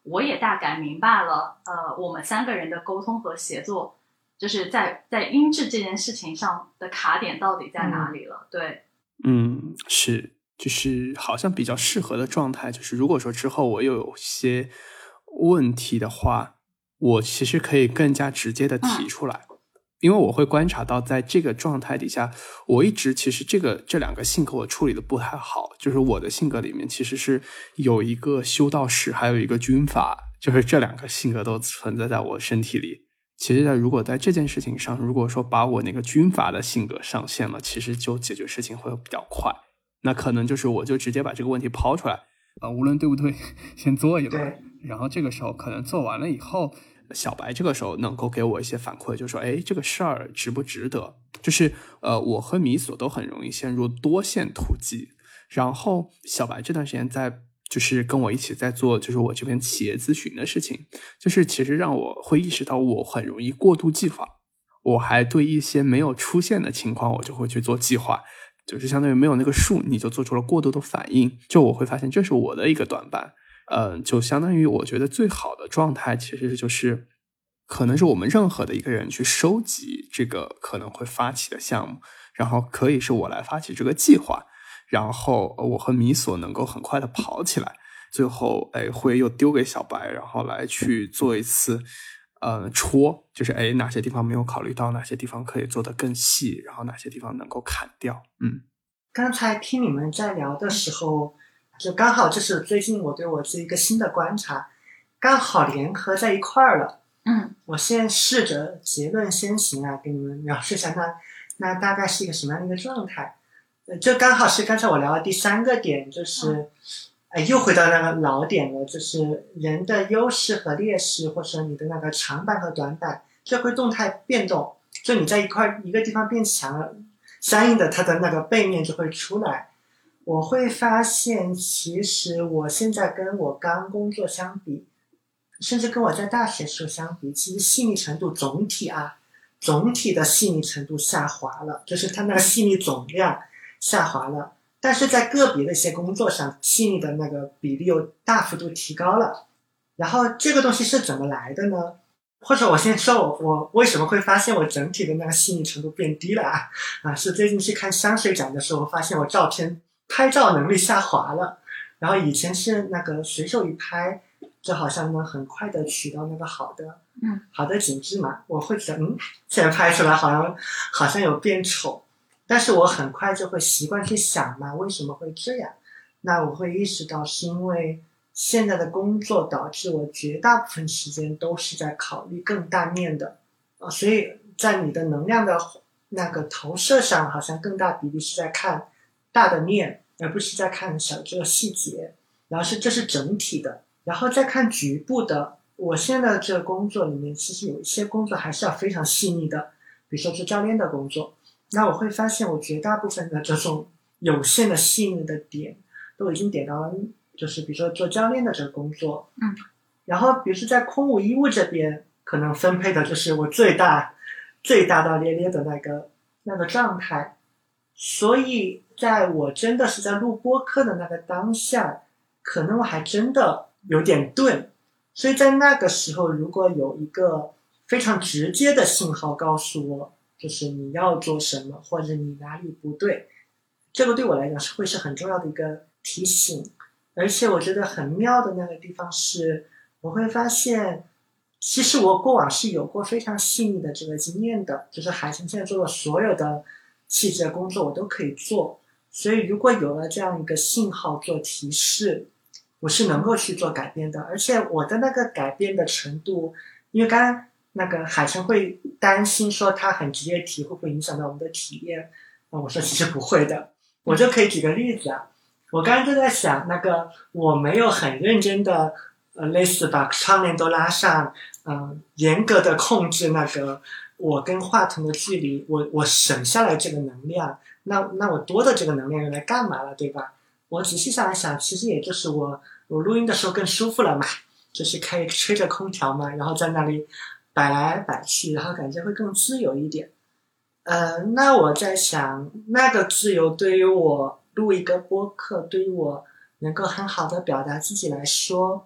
我也大概明白了，我们3个人的沟通和协作，就是在音质这件事情上的卡点到底在哪里了。对， 是，就是好像比较适合的状态，就是如果说之后我又有些问题的话，我其实可以更加直接的提出来。因为我会观察到在这个状态底下，我一直其实这两个性格我处理的不太好，就是我的性格里面其实是有一个修道士还有一个军阀，就是这2个性格都存在在我身体里。其实如果在这件事情上，如果说把我那个军阀的性格上线了，其实就解决事情会比较快。那可能就是我就直接把这个问题抛出来无论对不对先做一轮，然后这个时候可能做完了以后，小白这个时候能够给我一些反馈，就说这个事儿值不值得，就是我和米索都很容易陷入多线突击，然后小白这段时间就是跟我一起在做就是我这边企业咨询的事情，就是其实让我会意识到我很容易过度计划，我还对一些没有出现的情况我就会去做计划，就是相当于没有那个数你就做出了过度的反应，就我会发现这是我的一个短板。就相当于我觉得最好的状态其实就是可能是我们任何的一个人去收集这个可能会发起的项目，然后可以是我来发起这个计划，然后我和米索能够很快的跑起来，最后会又丢给小白，然后来去做一次戳，就是哪些地方没有考虑到，哪些地方可以做得更细，然后哪些地方能够砍掉。 刚才听你们在聊的时候，就刚好这是最近我对我这一个新的观察，刚好联合在一块儿了。我先试着结论先行啊，给你们描述一下那大概是一个什么样的一个状态。这刚好是刚才我聊的第3个点，就是又回到那个老点了，就是人的优势和劣势，或者你的那个长板和短板，这会动态变动。就你在一个地方变强了，相应的它的那个背面就会出来。我会发现其实我现在跟我刚工作相比，甚至跟我在大学时候相比，其实细腻程度总体的细腻程度下滑了，就是它那个细腻总量下滑了，但是在个别的一些工作上，细腻的那个比例又大幅度提高了。然后这个东西是怎么来的呢？或者我先说我为什么会发现我整体的那个细腻程度变低了是最近去看香水展的时候，发现我照片拍照能力下滑了，然后以前是那个随手一拍就好像能很快的取到那个好的景致嘛，我会觉得现在拍出来好像有变丑，但是我很快就会习惯去想嘛，为什么会这样？那我会意识到是因为现在的工作导致我绝大部分时间都是在考虑更大面的所以在你的能量的那个投射上，好像更大比例是在看大的面，而不是在看小这个细节，然后这是整体的，然后再看局部的。我现在的这个工作里面，其实有一些工作还是要非常细腻的，比如说做教练的工作，那我会发现我绝大部分的这种有限的细腻的点都已经点到了，就是比如说做教练的这个工作然后比如说在空无一物这边，可能分配的就是我最大大咧咧的那个状态。所以在我真的是在录播客的那个当下，可能我还真的有点钝，所以在那个时候如果有一个非常直接的信号告诉我，就是你要做什么或者你哪里不对，这个对我来讲会是很重要的一个提醒。而且我觉得很妙的那个地方是，我会发现其实我过往是有过非常细腻的这个经验的，就是海城现在做的所有的细节工作我都可以做，所以如果有了这样一个信号做提示，我是能够去做改变的。而且我的那个改变的程度，因为刚刚那个海城会担心说他很直接提会不会影响到我们的体验，我说其实不会的。我就可以举个例子我刚刚就在想，那个我没有很认真的类似把窗帘都拉上严格的控制那个我跟话筒的距离，我省下来这个能量，那我多的这个能量用来干嘛了，对吧？我仔细想一想，其实也就是我录音的时候更舒服了嘛，就是可以吹着空调嘛，然后在那里摆来摆去，然后感觉会更自由一点。那我在想，那个自由对于我录一个播客，对于我能够很好的表达自己来说，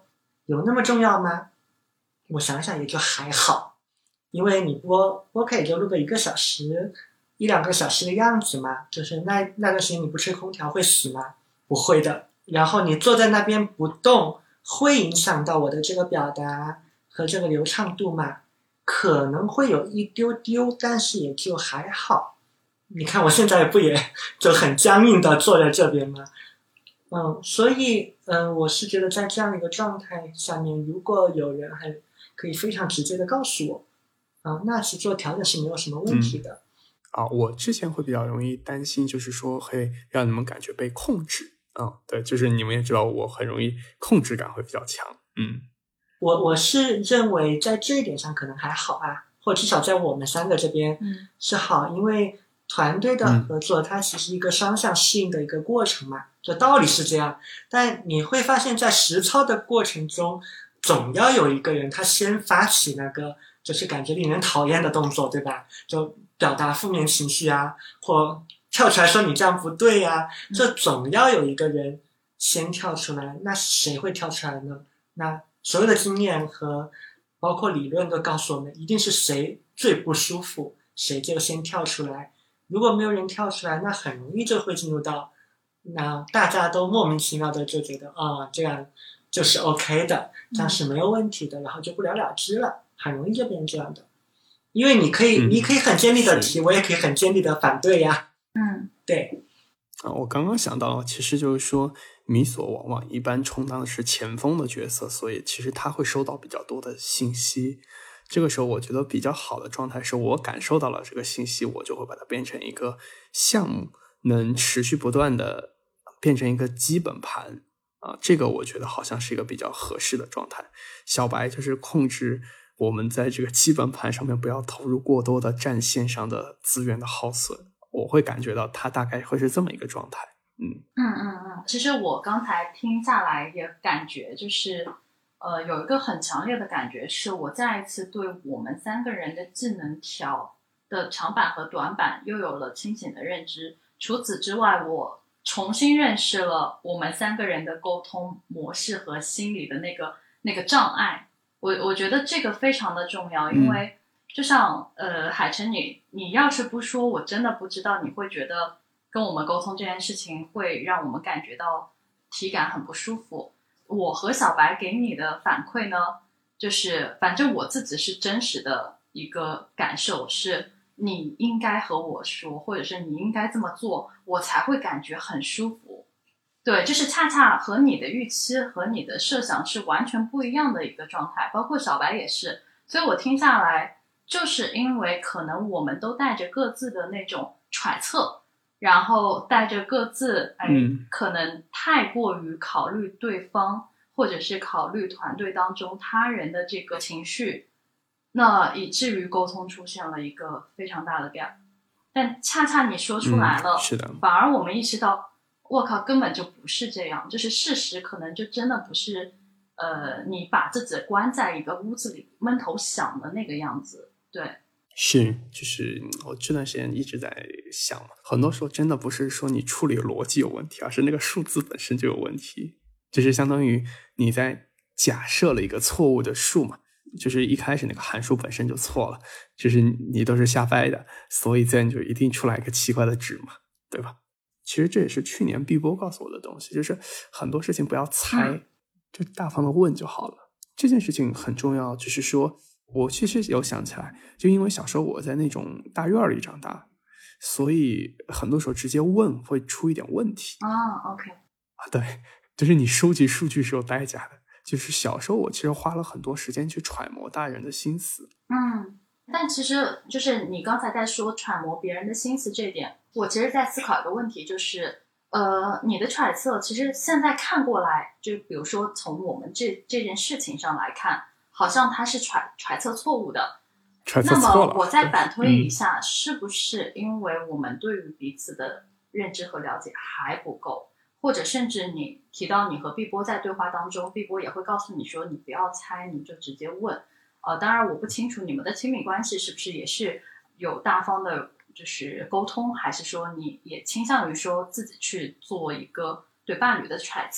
有那么重要吗？我想想也就还好，因为你播客也就录个1个小时1-2个小时的样子嘛，就是那段时间你不吹空调会死吗？不会的。然后你坐在那边不动，会影响到我的这个表达和这个流畅度吗？可能会有一丢丢，但是也就还好。你看我现在不也就很僵硬的坐在这边吗？所以我是觉得在这样一个状态下面，如果有人还可以非常直接的告诉我，那其实做调整是没有什么问题的。 我之前会比较容易担心，就是说会让你们感觉被控制。对，就是你们也知道我很容易控制感会比较强。 我是认为在这一点上可能还好啊，或至少在我们3个这边是好，因为团队的合作它其实一个双向适应的一个过程嘛，就道理是这样，但你会发现在实操的过程中，总要有一个人他先发起那个就是感觉令人讨厌的动作，对吧？就表达负面情绪啊，或跳出来说你这样不对啊，这总要有一个人先跳出来。那谁会跳出来呢？那所有的经验和包括理论都告诉我们，一定是谁最不舒服，谁就先跳出来。如果没有人跳出来，那很容易就会进入到那大家都莫名其妙的就觉得这样就是 OK 的，这样是没有问题的，然后就不了了之了，很容易就变成这样的。因为你可以很尖利的提，我也可以很尖利的反对呀。对。 我刚刚想到，其实就是说，米索往往一般充当的是前锋的角色，所以其实他会收到比较多的信息。这个时候，我觉得比较好的状态是我感受到了这个信息，我就会把它变成一个项目，能持续不断的变成一个基本盘这个我觉得好像是一个比较合适的状态。小白就是控制我们在这个基本盘上面不要投入过多的战线上的资源的耗损。我会感觉到它大概会是这么一个状态。 其实我刚才听下来也感觉就是有一个很强烈的感觉，是我再一次对我们3个人的技能条的长板和短板又有了清醒的认知。除此之外，我重新认识了我们3个人的沟通模式和心理的那个障碍。我觉得这个非常的重要，因为就像海晨你要是不说，我真的不知道你会觉得跟我们沟通这件事情会让我们感觉到体感很不舒服。我和小白给你的反馈呢，就是反正我自己是真实的一个感受，是你应该和我说，或者是你应该这么做，我才会感觉很舒服。对，就是恰恰和你的预期和你的设想是完全不一样的一个状态，包括小白也是。所以我听下来，就是因为可能我们都带着各自的那种揣测，然后带着各自可能太过于考虑对方，或者是考虑团队当中他人的这个情绪，那以至于沟通出现了一个非常大的 gap。 但恰恰你说出来了， 是的， 反而我们意识到我靠，根本就不是这样，就是事实可能就真的不是你把自己关在一个屋子里闷头想的那个样子。对， 是，就是我这段时间一直在想嘛，很多时候真的不是说你处理逻辑有问题，而是那个数字本身就有问题，就是相当于你在假设了一个错误的数嘛，就是一开始那个函数本身就错了，就是你都是瞎掰的，所以自然就一定出来一个奇怪的值嘛，对吧？其实这也是去年碧波告诉我的东西，就是很多事情不要猜，就大方的问就好了。这件事情很重要，就是说我其实有想起来，就因为小时候我在那种大院里长大，所以很多时候直接问会出一点问题。 OK 对，就是你收集数据是有代价的。就是小时候我其实花了很多时间去揣摩大人的心思。 但其实就是你刚才在说揣摩别人的心思这一点，我其实在思考一个问题，就是你的揣测其实现在看过来，就比如说从我们这件事情上来看，好像它是揣测错误的。 揣测错了。 那么我再反推一下，是不是因为我们对于彼此的认知和了解还不够，或者甚至你提到你和碧波在对话当中，碧波也会告诉你说你不要猜，你就直接问。当然我不清楚你们的亲密关系是不是也是有大方的就是沟通，还是说你也倾向于说自己去做一个对伴侣的揣测。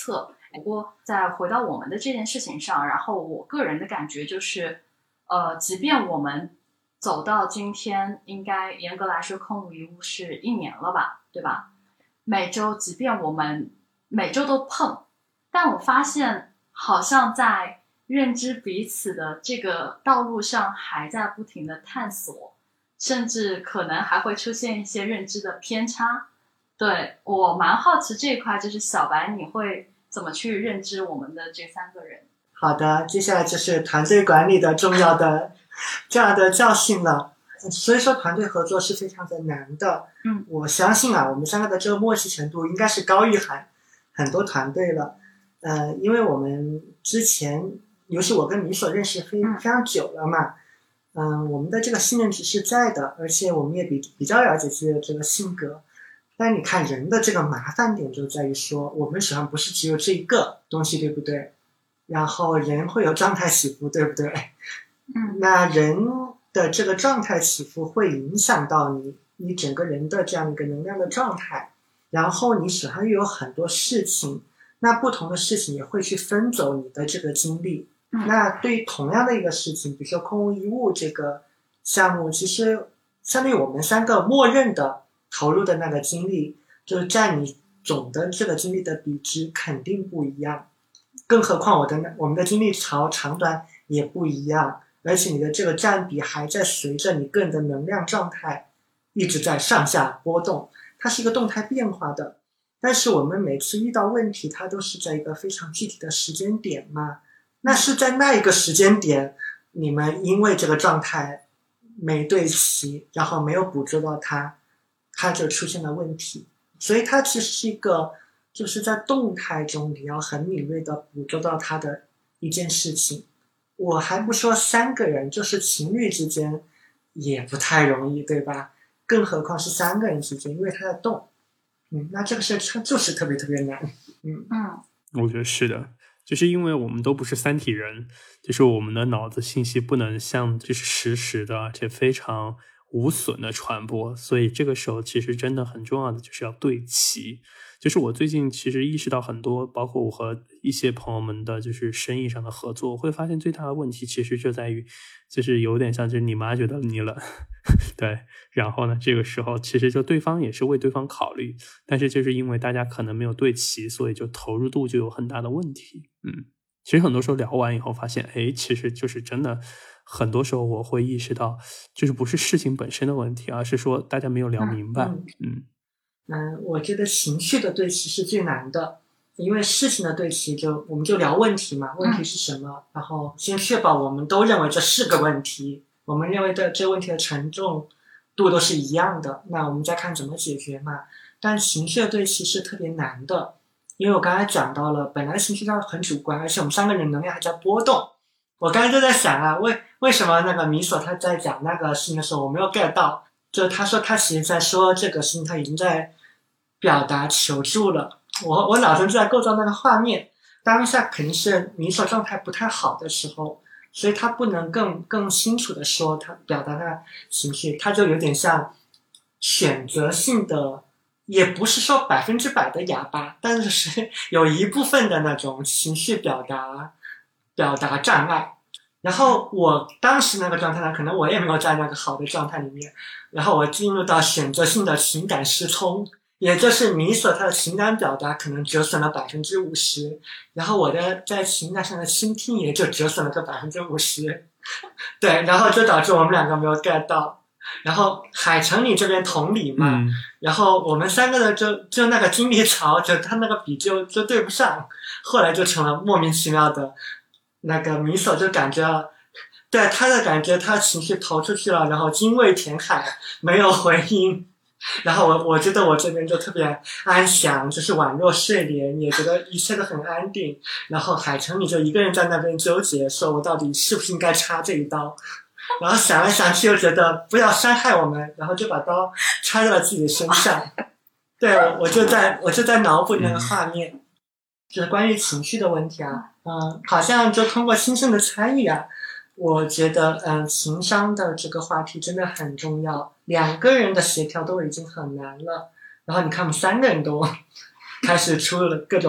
不过再回到我们的这件事情上，然后我个人的感觉就是，即便我们走到今天，应该严格来说空无一物是1年了吧，对吧？每周，即便我们每周都碰，但我发现好像在认知彼此的这个道路上还在不停的探索，甚至可能还会出现一些认知的偏差。对，我蛮好奇这一块，就是小白你会怎么去认知我们的这3个人？ 好的，接下来就是团队管理的重要的这样的教训了。所以说团队合作是非常的难的。我相信啊，我们3个的这个默契程度应该是高于很多团队了。因为我们之前，尤其我跟米所认识非常久了嘛，我们的这个信任值是在的，而且我们也比较了解自己的这个性格。但你看人的这个麻烦点就在于说，我们手上不是只有这一个东西，对不对？然后人会有状态起伏，对不对？那人的这个状态起伏会影响到你整个人的这样一个能量的状态，然后你手上又有很多事情，那不同的事情也会去分走你的这个精力。那对于同样的一个事情，比如说空无一物这个项目，其实相对于我们3个默认的投入的那个精力，就是占你总的这个精力的比值肯定不一样，更何况我们的精力长短也不一样，而且你的这个占比还在随着你个人的能量状态一直在上下波动，它是一个动态变化的。但是我们每次遇到问题，它都是在一个非常具体的时间点嘛，那是在那一个时间点，你们因为这个状态没对齐，然后没有捕捉到它就出现了问题。所以它其实是一个就是在动态中你要很敏锐的捕捉到它的一件事情。我还不说3个人，就是情侣之间也不太容易，对吧？更何况是3个人之间，因为它在动。那这个事就是特别特别难。 我觉得是的，就是因为我们都不是3体人，就是我们的脑子信息不能像就是实时的而且非常无损的传播，所以这个时候其实真的很重要的就是要对齐。就是我最近其实意识到很多，包括我和一些朋友们的就是生意上的合作，我会发现最大的问题其实就在于，就是有点像就是你妈觉得你冷对，然后呢这个时候其实就对方也是为对方考虑，但是就是因为大家可能没有对齐，所以就投入度就有很大的问题。其实很多时候聊完以后发现，其实就是真的很多时候我会意识到，就是不是事情本身的问题，而是说大家没有聊明白。 我觉得情绪的对齐是最难的，因为事情的对齐我们就聊问题嘛，问题是什么，然后先确保我们都认为这是个问题，我们认为的这个问题的沉重度都是一样的，那我们再看怎么解决嘛。但情绪的对齐是特别难的，因为我刚才讲到了，本来情绪上很主观，而且我们3个人能量还在波动。我刚才就在想啊，为什么那个米索他在讲那个事情的时候我没有 get 到，就是他说他其实在说这个事情，他已经在表达求助了。我脑中就在构造那个画面，当下肯定是米索状态不太好的时候，所以他不能更清楚的说他表达他情绪，他就有点像选择性的，也不是说100%的哑巴，但是有一部分的那种情绪表达障碍。然后我当时那个状态呢，可能我也没有在那个好的状态里面，然后我进入到选择性的情感失聪，也就是米索他的情感表达可能折损了50%，然后我的在情感上的倾听也就折损了个50%，对，然后就导致我们2个没有 get 到。然后海城你这边同理嘛，然后我们3个的就那个精力槽，就他那个比就对不上，后来就成了莫名其妙的那个米索就感觉，对他的感觉，他情绪投出去了，然后精卫填海，没有回音。然后我觉得我这边就特别安详，就是宛若睡莲，也觉得一切都很安定。然后海城你就一个人在那边纠结，说我到底是不是应该插这一刀？然后想来想去又觉得不要伤害我们，然后就把刀插在了自己的身上。对，我就在脑补那个画面，就是关于情绪的问题啊。好像就通过亲身的参与啊，我觉得情商的这个话题真的很重要。2个人的协调都已经很难了，然后你看我们3个人都开始出了各种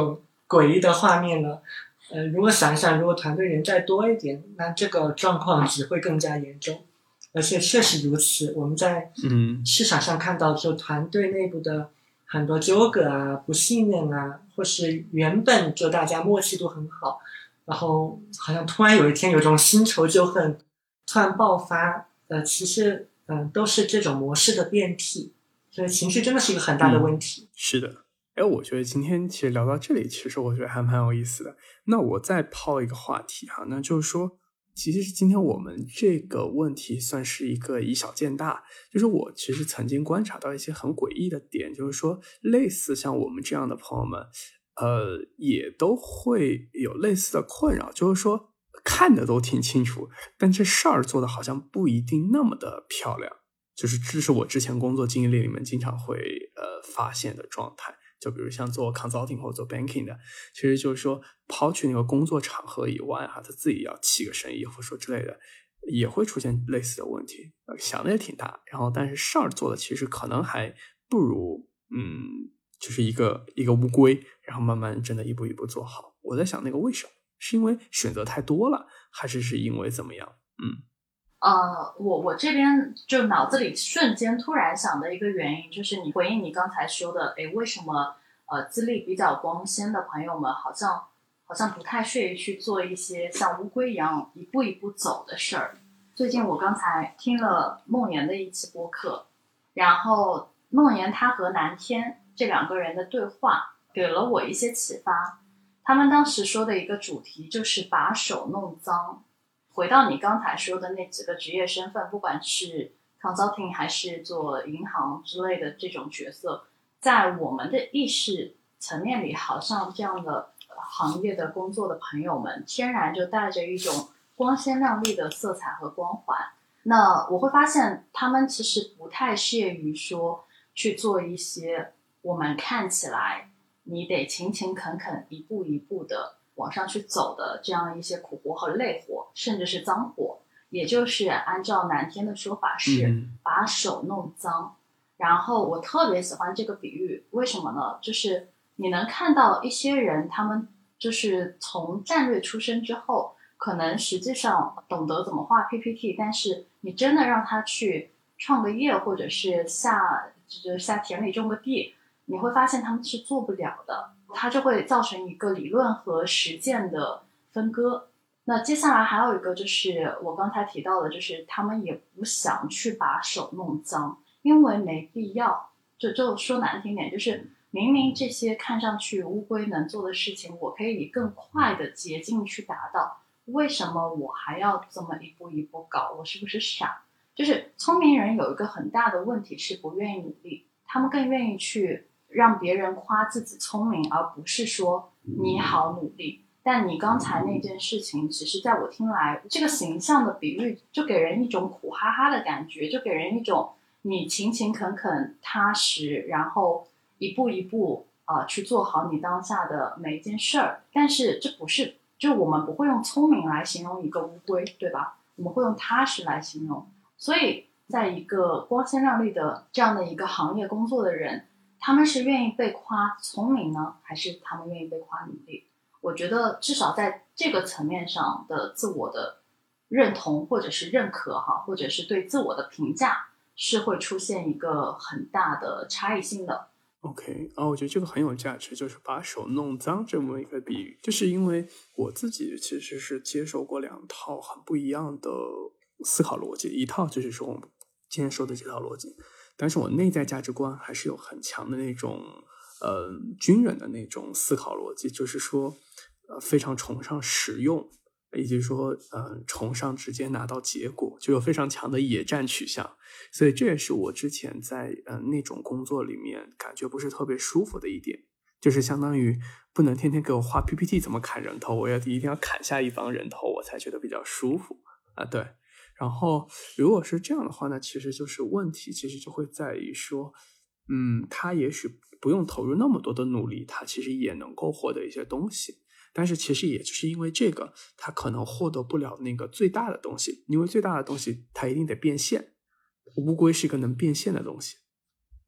诡异的画面了。如果想一想，如果团队人再多一点，那这个状况只会更加严重。而且确实如此，我们在市场上看到，就团队内部的很多纠葛啊、不信任啊，或是原本就大家默契度很好，然后好像突然有一天有种新仇旧恨突然爆发，其实都是这种模式的变体，所以情绪真的是一个很大的问题。 是的。我觉得今天其实聊到这里，其实我觉得还蛮有意思的。那我再抛一个话题哈，那就是说，其实今天我们这个问题算是一个以小见大，就是我其实曾经观察到一些很诡异的点，就是说类似像我们这样的朋友们，也都会有类似的困扰，就是说看的都挺清楚，但这事儿做的好像不一定那么的漂亮，就是这是我之前工作经历里面经常会发现的状态。就比如像做 consulting 或者做 banking 的，其实就是说抛去那个工作场合以外他自己要起个生意或者说之类的，也会出现类似的问题，想的也挺大，然后但是事儿做的其实可能还不如就是一个乌龟，然后慢慢真的一步一步做好。我在想那个为什么，是因为选择太多了，还是因为怎么样？ 我这边就脑子里瞬间突然想的一个原因，就是你回应你刚才说的，为什么资历比较光鲜的朋友们好像不太屑于去做一些像乌龟一样一步一步走的事儿。最近我刚才听了梦妍的一期播客，然后梦妍她和南天这两个人的对话给了我一些启发。他们当时说的一个主题就是把手弄脏。回到你刚才说的那几个职业身份，不管是 consulting 还是做银行之类的这种角色，在我们的意识层面里，好像这样的行业的工作的朋友们天然就带着一种光鲜亮丽的色彩和光环。那我会发现他们其实不太屑于说去做一些我们看起来你得勤勤恳恳一步一步的往上去走的这样一些苦活和累活，甚至是脏活，也就是按照南天的说法是把手弄脏。然后我特别喜欢这个比喻，为什么呢？就是你能看到一些人，他们就是从战略出身之后，可能实际上懂得怎么画 PPT， 但是你真的让他去创个业，或者是下田里种个地，你会发现他们是做不了的，它就会造成一个理论和实践的分割。那接下来还有一个就是我刚才提到的，就是他们也不想去把手弄脏，因为没必要。就说难听点，就是明明这些看上去乌龟能做的事情，我可以以更快的捷径去达到，为什么我还要这么一步一步搞？我是不是傻？就是聪明人有一个很大的问题是不愿意努力，他们更愿意去让别人夸自己聪明，而不是说你好努力。但你刚才那件事情，其实在我听来，这个形象的比喻就给人一种苦哈哈的感觉，就给人一种你勤勤恳恳踏实，然后一步一步去做好你当下的每一件事儿。但是这不是，就我们不会用聪明来形容一个乌龟，对吧？我们会用踏实来形容。所以在一个光鲜亮丽的这样的一个行业工作的人，他们是愿意被夸聪明呢，还是他们愿意被夸努力？我觉得至少在这个层面上的自我的认同或者是认可或者是对自我的评价是会出现一个很大的差异性的。 OK， 我觉得这个很有价值，就是把手弄脏这么一个比喻，就是因为我自己其实是接受过两套很不一样的思考逻辑，一套就是说我们今天说的这套逻辑，但是我内在价值观还是有很强的那种军人的那种思考逻辑，就是说非常崇尚实用，以及说崇尚直接拿到结果，就有非常强的野战取向。所以这也是我之前在那种工作里面感觉不是特别舒服的一点，就是相当于不能天天给我画 PPT 怎么砍人头，我一定要砍下一帮人头我才觉得比较舒服对。然后如果是这样的话呢，其实就是问题其实就会在于说他也许不用投入那么多的努力，他其实也能够获得一些东西，但是其实也就是因为这个他可能获得不了那个最大的东西，因为最大的东西他一定得变现，乌龟是一个能变现的东西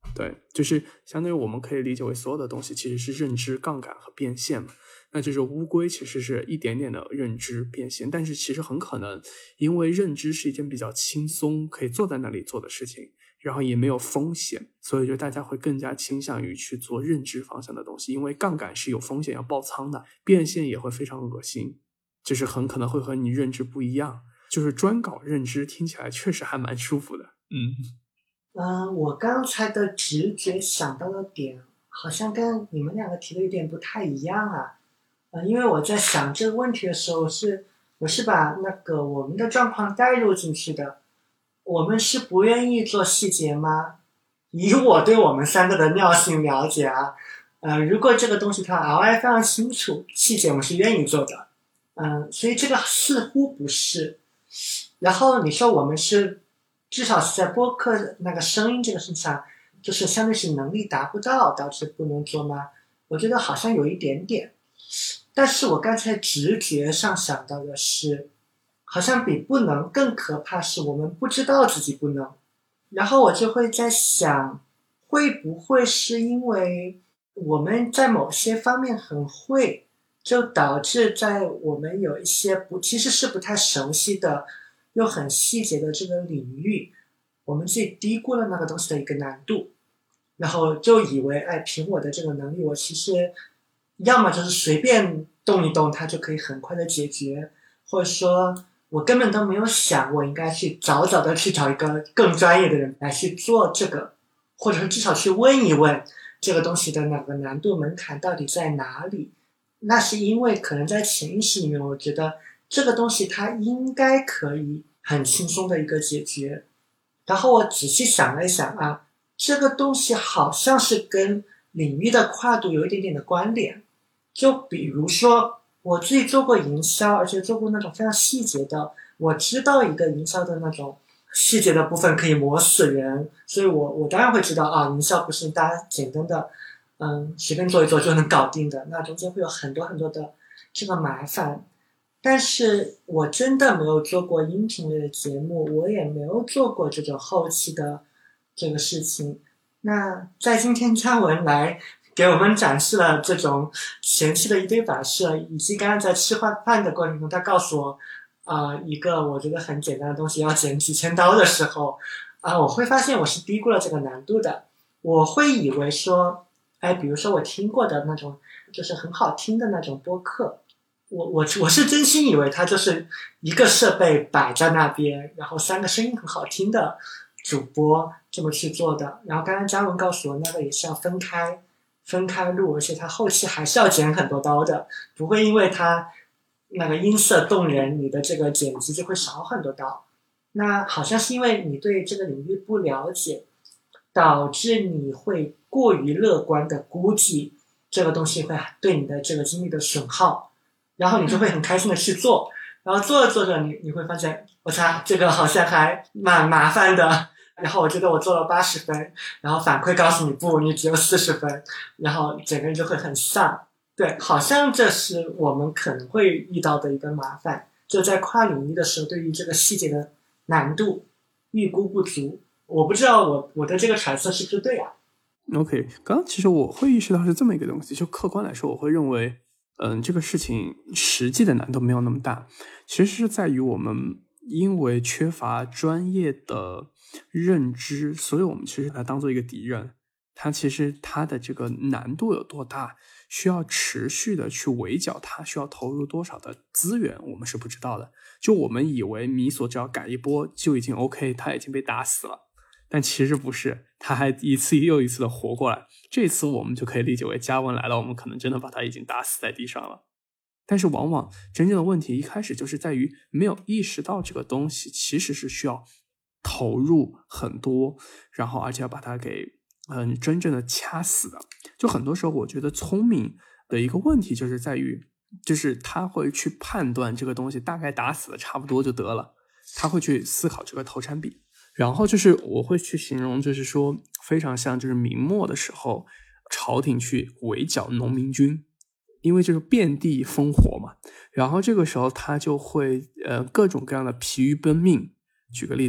对，就是相当于我们可以理解为所有的东西其实是认知、杠杆和变现嘛。那就是乌龟其实是一点点的认知变现，但是其实很可能因为认知是一件比较轻松可以坐在那里做的事情，然后也没有风险，所以就大家会更加倾向于去做认知方向的东西。因为杠杆是有风险要爆仓的，变现也会非常恶心，就是很可能会和你认知不一样。就是专搞认知听起来确实还蛮舒服的。 我刚才的直觉想到的点好像跟你们两个提的有点不太一样啊。因为我在想这个问题的时候我是把那个我们的状况带入进去的。我们是不愿意做细节吗？以我对我们三个的尿性了解啊，如果这个东西它 ROI 非常清楚，细节我们是愿意做的。所以这个似乎不是。然后你说我们是至少是在播客那个声音这个事情上，就是相对是能力达不到导致不能做吗？我觉得好像有一点点。但是我刚才直觉上想到的是，好像比不能更可怕是我们不知道自己不能。然后我就会在想，会不会是因为我们在某些方面很会，就导致在我们有一些其实是不太熟悉的又很细节的这个领域，我们自己低估了那个东西的一个难度，然后就以为凭我的这个能力，我其实要么就是随便动一动它就可以很快的解决，或者说我根本都没有想我应该去早的去找一个更专业的人来去做这个，或者是至少去问一问这个东西的那个难度门槛到底在哪里。那是因为可能在潜意识里面，我觉得这个东西它应该可以很轻松的一个解决。然后我仔细想了一想啊，这个东西好像是跟领域的跨度有一点点的关联。就比如说我自己做过营销，而且做过那种非常细节的，我知道一个营销的那种细节的部分可以磨死人，所以我当然会知道啊，营销不是大家简单的随便做一做就能搞定的，那中间会有很多很多的这个麻烦。但是我真的没有做过音频类的节目，我也没有做过这种后期的这个事情。那在今天嘉文来给我们展示了这种前期的一堆摆设，以及刚刚在吃饭的过程中他告诉我一个我觉得很简单的东西要剪几千刀的时候我会发现我是低估了这个难度的。我会以为说比如说我听过的那种就是很好听的那种播客，我是真心以为它就是一个设备摆在那边，然后3个声音很好听的主播这么去做的。然后刚刚嘉文告诉我那个也是要分开录，而且它后期还是要剪很多刀的，不会因为它那个音色动人，你的这个剪辑就会少很多刀。那好像是因为你对这个领域不了解，导致你会过于乐观的估计这个东西会对你的这个精力的损耗，然后你就会很开心的去做，然后做着做着你会发现我操，这个好像还蛮麻烦的，然后我觉得我做了80分，然后反馈告诉你不，你只有40分，然后整个人就会很丧。对，好像这是我们可能会遇到的一个麻烦，就在跨领域的时候，对于这个细节的难度预估不足。我不知道我的这个揣测是不是对啊？ OK， 刚刚其实我会意识到是这么一个东西，就客观来说，我会认为这个事情实际的难度没有那么大，其实是在于我们因为缺乏专业的认知，所以我们其实把它当做一个敌人。它其实它的这个难度有多大，需要持续的去围剿它，需要投入多少的资源，我们是不知道的。就我们以为米索只要改一波就已经 OK， 他已经被打死了，但其实不是，他还一次又一次的活过来。这次我们就可以理解为嘉文来了，我们可能真的把他已经打死在地上了。但是往往真正的问题一开始就是在于没有意识到这个东西其实是需要投入很多，然后而且要把它给真正的掐死的。就很多时候我觉得聪明的一个问题就是在于，就是他会去判断这个东西大概打死的差不多就得了，他会去思考这个投产比。然后就是我会去形容，就是说非常像就是明末的时候朝廷去围剿农民军，因为就是遍地烽火嘛，然后这个时候他就会各种各样的疲于奔命。举个例子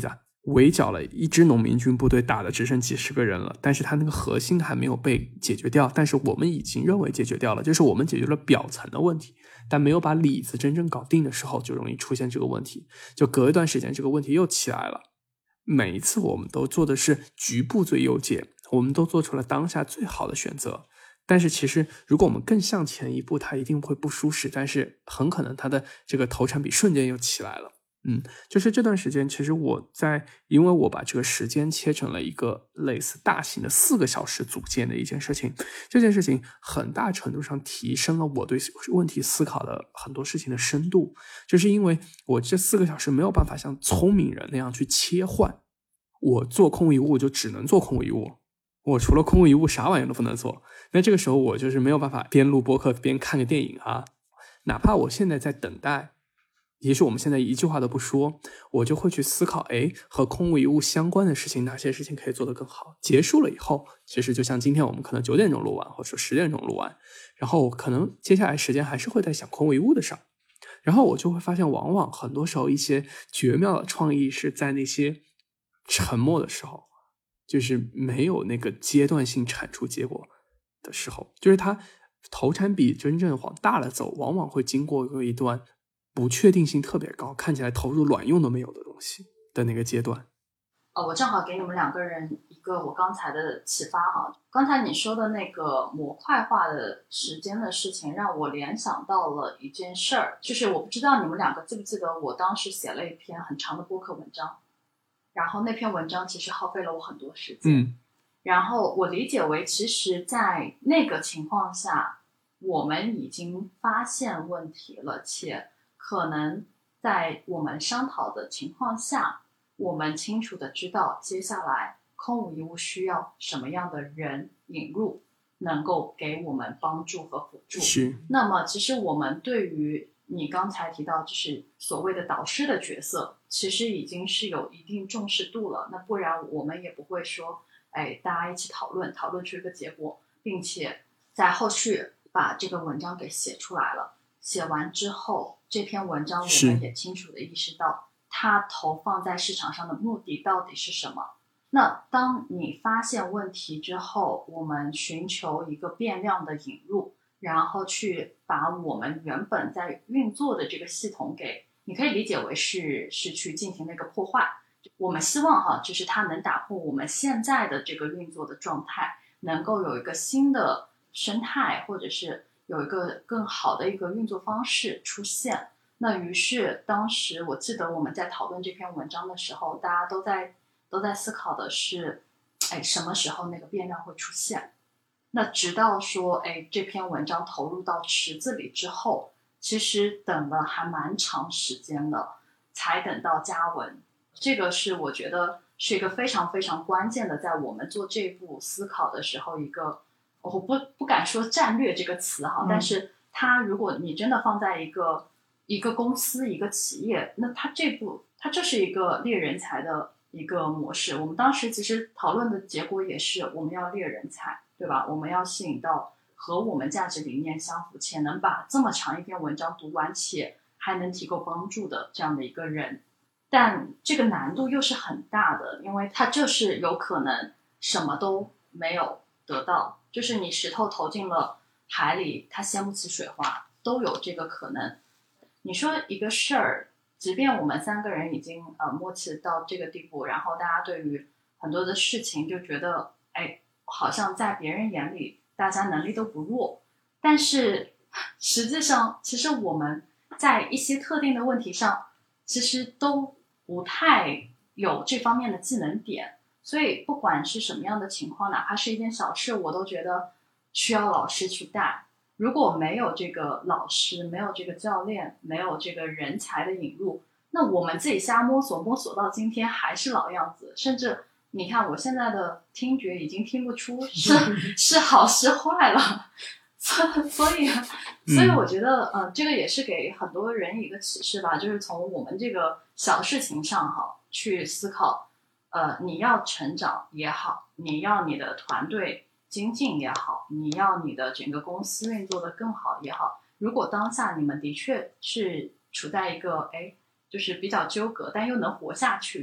围剿了一支农民军部队，打的只剩几十个人了，但是它那个核心还没有被解决掉，但是我们已经认为解决掉了，就是我们解决了表层的问题，但没有把里子真正搞定的时候，就容易出现这个问题，就隔一段时间这个问题又起来了。每一次我们都做的是局部最优解，我们都做出了当下最好的选择，但是其实如果我们更向前一步，它一定会不舒适，但是很可能它的这个投产比瞬间又起来了。就是这段时间，其实因为我把这个时间切成了一个类似大型的4个小时组建的一件事情，这件事情很大程度上提升了我对问题思考的很多事情的深度，就是因为我这4个小时没有办法像聪明人那样去切换，我做空无一物就只能做空无一物，我除了空无一物啥玩意都不能做，那这个时候我就是没有办法边录播客边看个电影啊，哪怕我现在在等待，也许我们现在一句话都不说，我就会去思考，和空无一物相关的事情，哪些事情可以做得更好。结束了以后，其实就像今天我们可能9点钟录完，或者说10点钟录完，然后可能接下来时间还是会在想空无一物的上，然后我就会发现，往往很多时候一些绝妙的创意是在那些沉默的时候，就是没有那个阶段性产出结果的时候，就是它投产比真正往大了走，往往会经过一段不确定性特别高，看起来投入卵用都没有的东西的那个阶段。 我正好给你们2个人一个我刚才的启发哈。刚才你说的那个模块化的时间的事情，让我联想到了一件事儿，就是我不知道你们2个记不记得，我当时写了一篇很长的播客文章，然后那篇文章其实耗费了我很多时间。然后我理解为，其实在那个情况下，我们已经发现问题了，且可能在我们商讨的情况下，我们清楚的知道接下来空无一物需要什么样的人引入，能够给我们帮助和辅助。 是。 那么其实我们对于你刚才提到就是所谓的导师的角色，其实已经是有一定重视度了，那不然我们也不会说大家一起讨论出一个结果，并且在后续把这个文章给写出来了。写完之后，这篇文章我们也清楚的意识到它投放在市场上的目的到底是什么。那当你发现问题之后，我们寻求一个变量的引入，然后去把我们原本在运作的这个系统给，你可以理解为是去进行那个破坏。我们希望就是它能打破我们现在的这个运作的状态，能够有一个新的生态，或者是有一个更好的一个运作方式出现。那于是当时我记得我们在讨论这篇文章的时候，大家都在思考的是什么时候那个变量会出现。那直到说这篇文章投入到池子里之后，其实等了还蛮长时间的，才等到加文。这个是我觉得是一个非常非常关键的，在我们做这步思考的时候，一个我不敢说战略这个词哈，但是它如果你真的放在一个公司一个企业，那它就是一个猎人才的一个模式。我们当时其实讨论的结果也是，我们要猎人才，对吧？我们要吸引到和我们价值理念相符，且能把这么长一篇文章读完，且还能提供帮助的这样的一个人。但这个难度又是很大的，因为它就是有可能什么都没有得到，就是你石头投进了海里，它掀不起水花，都有这个可能。你说一个事儿，即便我们3个人已经默契到这个地步，然后大家对于很多的事情就觉得好像在别人眼里大家能力都不弱，但是实际上其实我们在一些特定的问题上其实都不太有这方面的技能点，所以不管是什么样的情况，哪怕是一件小事，我都觉得需要老师去带。如果没有这个老师，没有这个教练，没有这个人才的引入，那我们自己瞎摸索到今天还是老样子。甚至你看我现在的听觉已经听不出是好是坏了。所以我觉得这个也是给很多人一个启示吧，就是从我们这个小事情上去思考，你要成长也好，你要你的团队精进也好，你要你的整个公司运作的更好也好，如果当下你们的确是处在一个就是比较纠葛但又能活下去，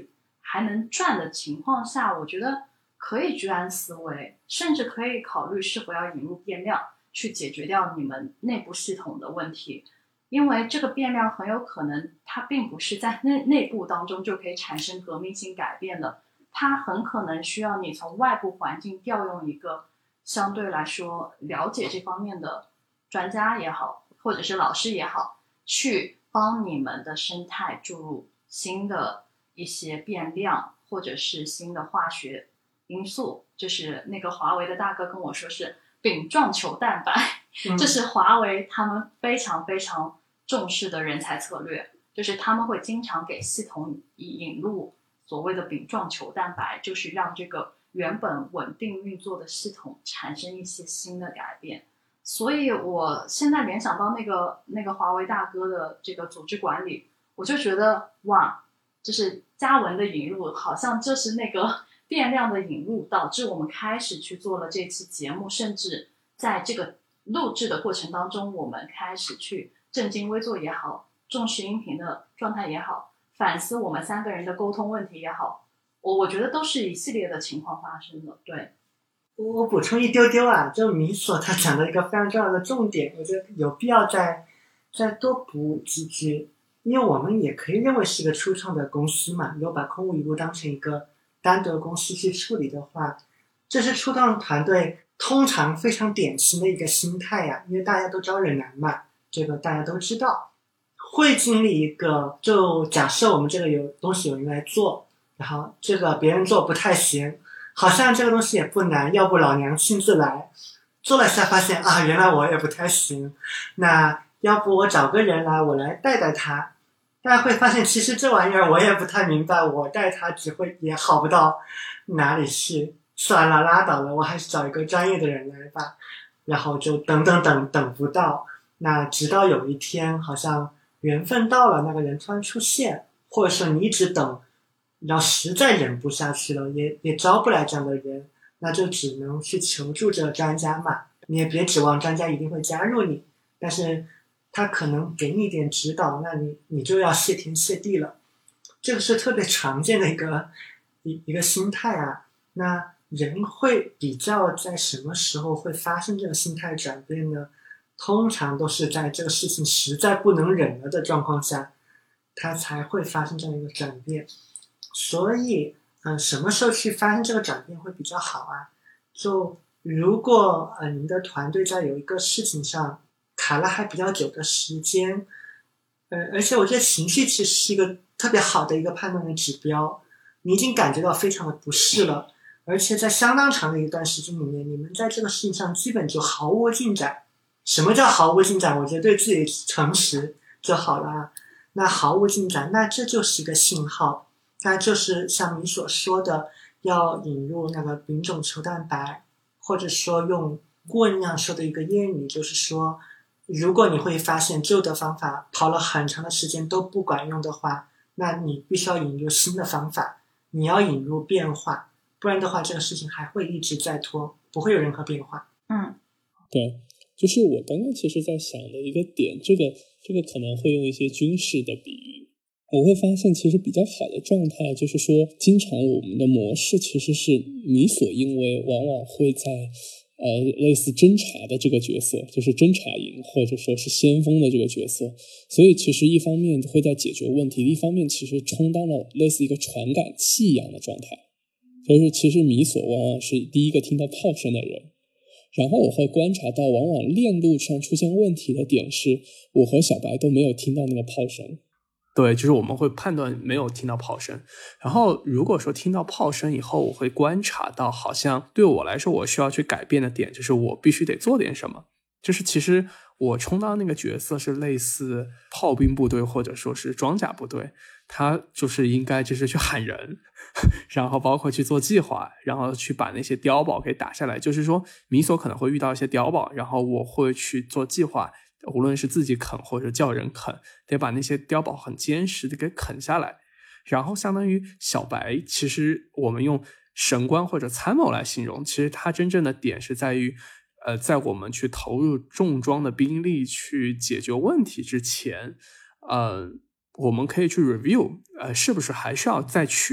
还能转的情况下，我觉得可以居安思危，甚至可以考虑是否要引入变量去解决掉你们内部系统的问题。因为这个变量很有可能它并不是在内部当中就可以产生革命性改变的，它很可能需要你从外部环境调用一个相对来说了解这方面的专家也好，或者是老师也好，去帮你们的生态注入新的一些变量或者是新的化学因素。就是那个华为的大哥跟我说是丙状球蛋白，这是华为他们非常非常重视的人才策略，就是他们会经常给系统引入所谓的丙状球蛋白，就是让这个原本稳定运作的系统产生一些新的改变。所以我现在联想到那个华为大哥的这个组织管理，我就觉得哇，就是嘉文的引入好像就是那个变量的引入，导致我们开始去做了这期节目，甚至在这个录制的过程当中，我们开始去正襟危坐也好，重视音频的状态也好，反思我们3个人的沟通问题也好，我觉得都是一系列的情况发生的。对， 我补充一丢丢啊，就米索他讲的一个非常重要的重点，我觉得有必要再多补几句。因为我们也可以认为是一个初创的公司嘛，如果把空无一物当成一个单独的公司去处理的话，这是初创团队通常非常典型的一个心态呀。因为大家都招人难嘛，这个大家都知道，会经历一个，就假设我们这个有东西有人来做，然后这个别人做不太行，好像这个东西也不难，要不老娘亲自来，做了下发现啊，原来我也不太行，那要不我找个人来，我来带带他。大家会发现其实这玩意儿我也不太明白，我带他只会也好不到哪里去，算了拉倒了，我还是找一个专业的人来吧。然后就等不到，那直到有一天好像缘分到了，那个人突然出现，或者说你一直等，然后实在忍不下去了，也招不来这样的人，那就只能去求助这个专家嘛。你也别指望专家一定会加入你，但是他可能给你一点指导，那你就要谢天谢地了。这个是特别常见的一个心态啊。那人会比较在什么时候会发生这个心态转变呢？通常都是在这个事情实在不能忍了的状况下，它才会发生这样一个转变。所以什么时候去发生这个转变会比较好啊？就如果您的团队在有一个事情上卡了还比较久的时间，而且我觉得情绪其实是一个特别好的一个判断的指标。你已经感觉到非常的不适了，而且在相当长的一段时间里面，你们在这个事情上基本就毫无进展。什么叫毫无进展？我觉得对自己诚实就好了。那毫无进展，那这就是一个信号，那就是像你所说的，要引入那个丙种球蛋白，或者说用顾问那样说的一个谚语，就是说，如果你会发现旧的方法跑了很长的时间都不管用的话，那你必须要引入新的方法，你要引入变化，不然的话这个事情还会一直在拖，不会有任何变化。 对，就是我刚刚其实在想的一个点，这个可能会用一些军事的比喻。我会发现其实比较好的状态就是说，经常我们的模式其实是你所因为往往会在类似侦察的这个角色，就是侦察营或者说是先锋的这个角色，所以其实一方面会在解决问题，一方面其实充当了类似一个传感器一样的状态。就是其实米索往往是第一个听到炮声的人，然后我会观察到往往链路上出现问题的点是我和小白都没有听到那个炮声。对，就是我们会判断没有听到炮声，然后如果说听到炮声以后，我会观察到好像对我来说我需要去改变的点就是我必须得做点什么。就是其实我充当那个角色是类似炮兵部队或者说是装甲部队，他就是应该就是去喊人，然后包括去做计划，然后去把那些碉堡给打下来。就是说米索可能会遇到一些碉堡，然后我会去做计划，无论是自己啃或者叫人啃，得把那些碉堡很坚实的给啃下来。然后相当于小白，其实我们用神官或者参谋来形容，其实它真正的点是在于在我们去投入重装的兵力去解决问题之前，我们可以去 review， 是不是还需要再去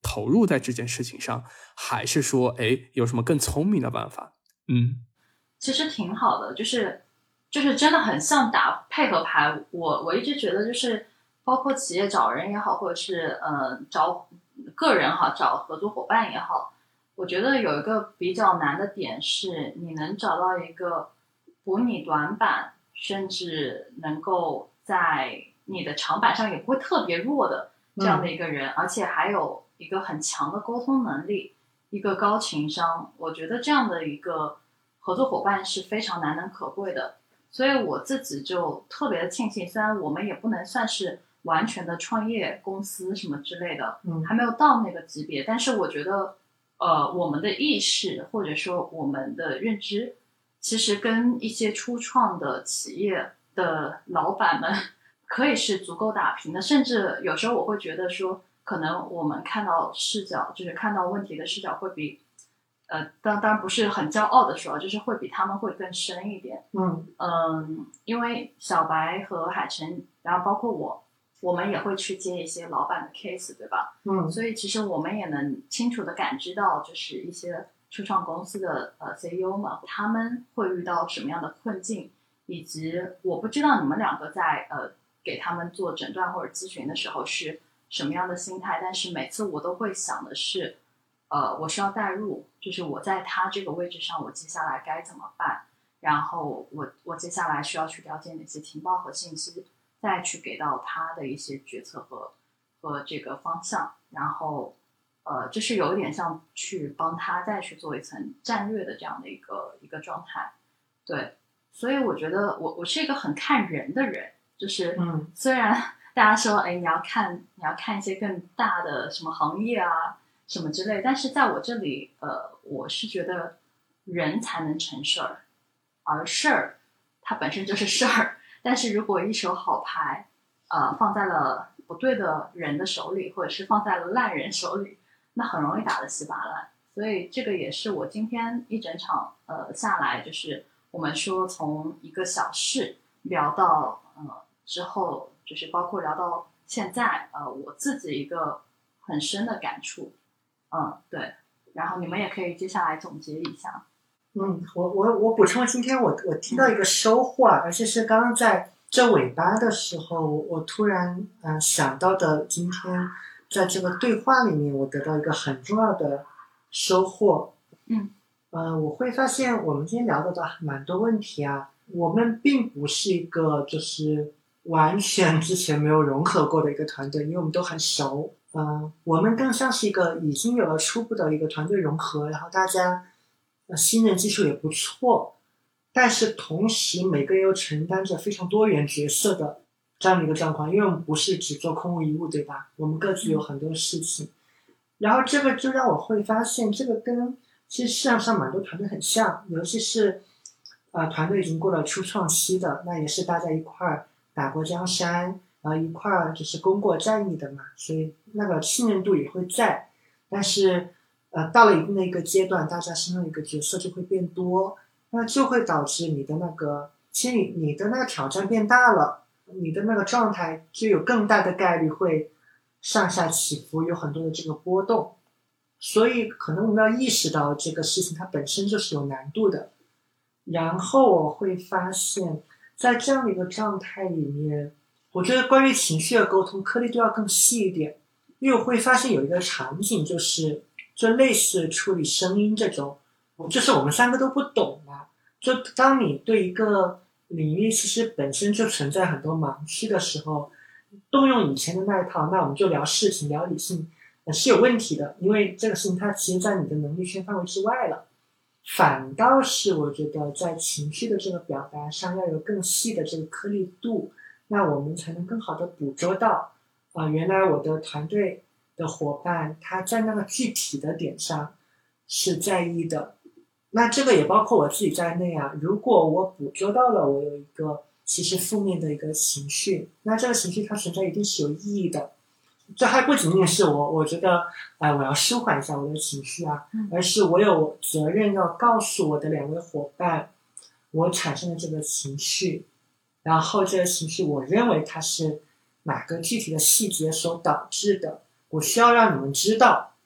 投入在这件事情上，还是说有什么更聪明的办法？ 其实挺好的，就是真的很像打配合牌。我一直觉得就是包括企业找人也好，或者是找个人好，找合作伙伴也好，我觉得有一个比较难的点是你能找到一个补你短板，甚至能够在你的长板上也不会特别弱的这样的一个人，而且还有一个很强的沟通能力，一个高情商。我觉得这样的一个合作伙伴是非常难能可贵的。所以我自己就特别的庆幸，虽然我们也不能算是完全的创业公司什么之类的，还没有到那个级别，但是我觉得我们的意识或者说我们的认知其实跟一些初创的企业的老板们可以是足够打平的，甚至有时候我会觉得说可能我们看到视角，就是看到问题的视角会比当然不是很骄傲的说，就是会比他们会更深一点。因为小白和海晨，然后包括我们也会去接一些老板的 case， 对吧？所以其实我们也能清楚的感知到，就是一些初创公司的CEO 们，他们会遇到什么样的困境，以及我不知道你们两个在给他们做诊断或者咨询的时候是什么样的心态，但是每次我都会想的是，我需要带入，就是我在他这个位置上，我接下来该怎么办？然后我接下来需要去了解哪些情报和信息，再去给到他的一些决策和这个方向，然后就是有一点像去帮他再去做一层战略的这样的一个状态。对，所以我觉得我是一个很看人的人，就是虽然大家说你要看一些更大的什么行业啊什么之类，但是在我这里我是觉得人才能成事儿，而事儿它本身就是事儿，但是如果一手好牌放在了不对的人的手里，或者是放在了烂人手里，那很容易打得稀巴烂。所以这个也是我今天一整场下来，就是我们说从一个小事聊到之后，就是包括聊到现在我自己一个很深的感触。对，然后你们也可以接下来总结一下。 我补充，今天我听到一个收获，而且是刚刚在这尾巴的时候，我突然想到的，今天在这个对话里面，我得到一个很重要的收获。我会发现我们今天聊到的蛮多问题啊，我们并不是一个就是完全之前没有融合过的一个团队，因为我们都很熟。我们更像是一个已经有了初步的一个团队融合，然后大家新人技术也不错，但是同时每个人又承担着非常多元角色的这样的一个状况，因为我们不是只做空无一物，对吧？我们各自有很多事情，然后这个就让我会发现，这个跟其实市场上蛮多团队很像，尤其是团队已经过了初创期的，那也是大家一块儿打过江山，一块儿就是攻过战役的嘛，所以那个信任度也会在，但是到了一定的一个阶段，大家身上一个角色就会变多，那就会导致你的那个，其实你的那个挑战变大了，你的那个状态就有更大的概率会上下起伏，有很多的这个波动，所以可能我们要意识到这个事情它本身就是有难度的。然后我会发现，在这样的一个状态里面，我觉得关于情绪的沟通颗粒度要更细一点，因为我会发现有一个场景就类似处理声音这种，就是我们三个都不懂的，就当你对一个领域其实本身就存在很多盲区的时候，动用以前的那一套，那我们就聊事情聊理性是有问题的，因为这个事情它其实在你的能力圈范围之外了。反倒是我觉得在情绪的这个表达上要有更细的这个颗粒度，那我们才能更好的捕捉到原来我的团队的伙伴他在那个具体的点上是在意的。那这个也包括我自己在内啊，如果我捕捉到了我有一个其实负面的一个情绪，那这个情绪它存在一定是有意义的，这还不仅仅是我觉得我要舒缓一下我的情绪啊，而是我有责任要告诉我的两位伙伴我产生的这个情绪，然后这个情绪我认为它是哪个具体的细节所导致的，我需要让你们知道，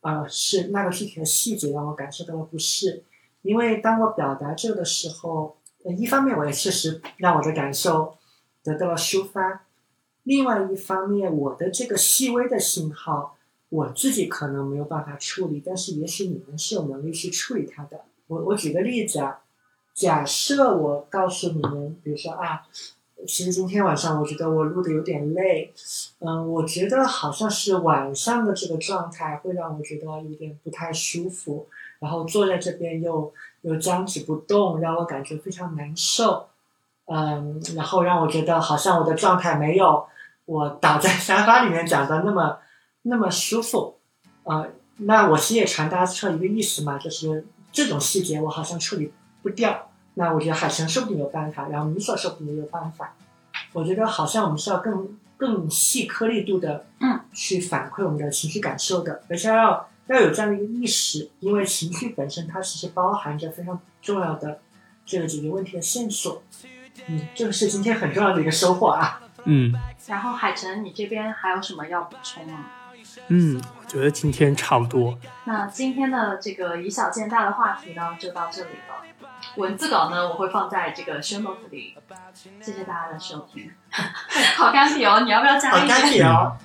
是那个具体的细节让我感受到了不适。因为当我表达这个的时候，一方面我也确实让我的感受得到了抒发，另外一方面我的这个细微的信号我自己可能没有办法处理，但是也许你们是有能力去处理它的。我举个例子啊，假设我告诉你们，比如说其实今天晚上我觉得我录的有点累，我觉得好像是晚上的这个状态会让我觉得有点不太舒服，然后坐在这边又僵直不动，让我感觉非常难受，然后让我觉得好像我的状态没有我倒在沙发里面讲的那么舒服，那我其实也传达出一个意思嘛，就是这种细节我好像处理不掉。那我觉得海晨说不定有办法，然后米索说不定也有办法。我觉得好像我们是要更细颗粒度的去反馈我们的情绪感受的，而且要有这样的一个意识，因为情绪本身它其实包含着非常重要的这个解决问题的线索。这个是今天很重要的一个收获啊。 然后海晨，你这边还有什么要补充吗？ 我觉得今天差不多。 那今天的这个以小见大的话题呢，就到这里了。文字稿呢，我会放在这个 show note 里。谢谢大家的收听。好干瘪哦，你要不要加一点？ 好干瘪哦。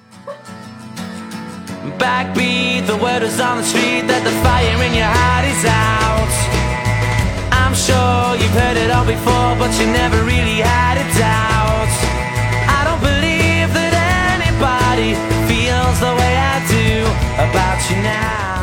Backbeat, the word is on the street that the fire in your heart is out. I'm sure you've heard it all before, but you never really had it out. I don't believe that anybody feels the way I do about you now.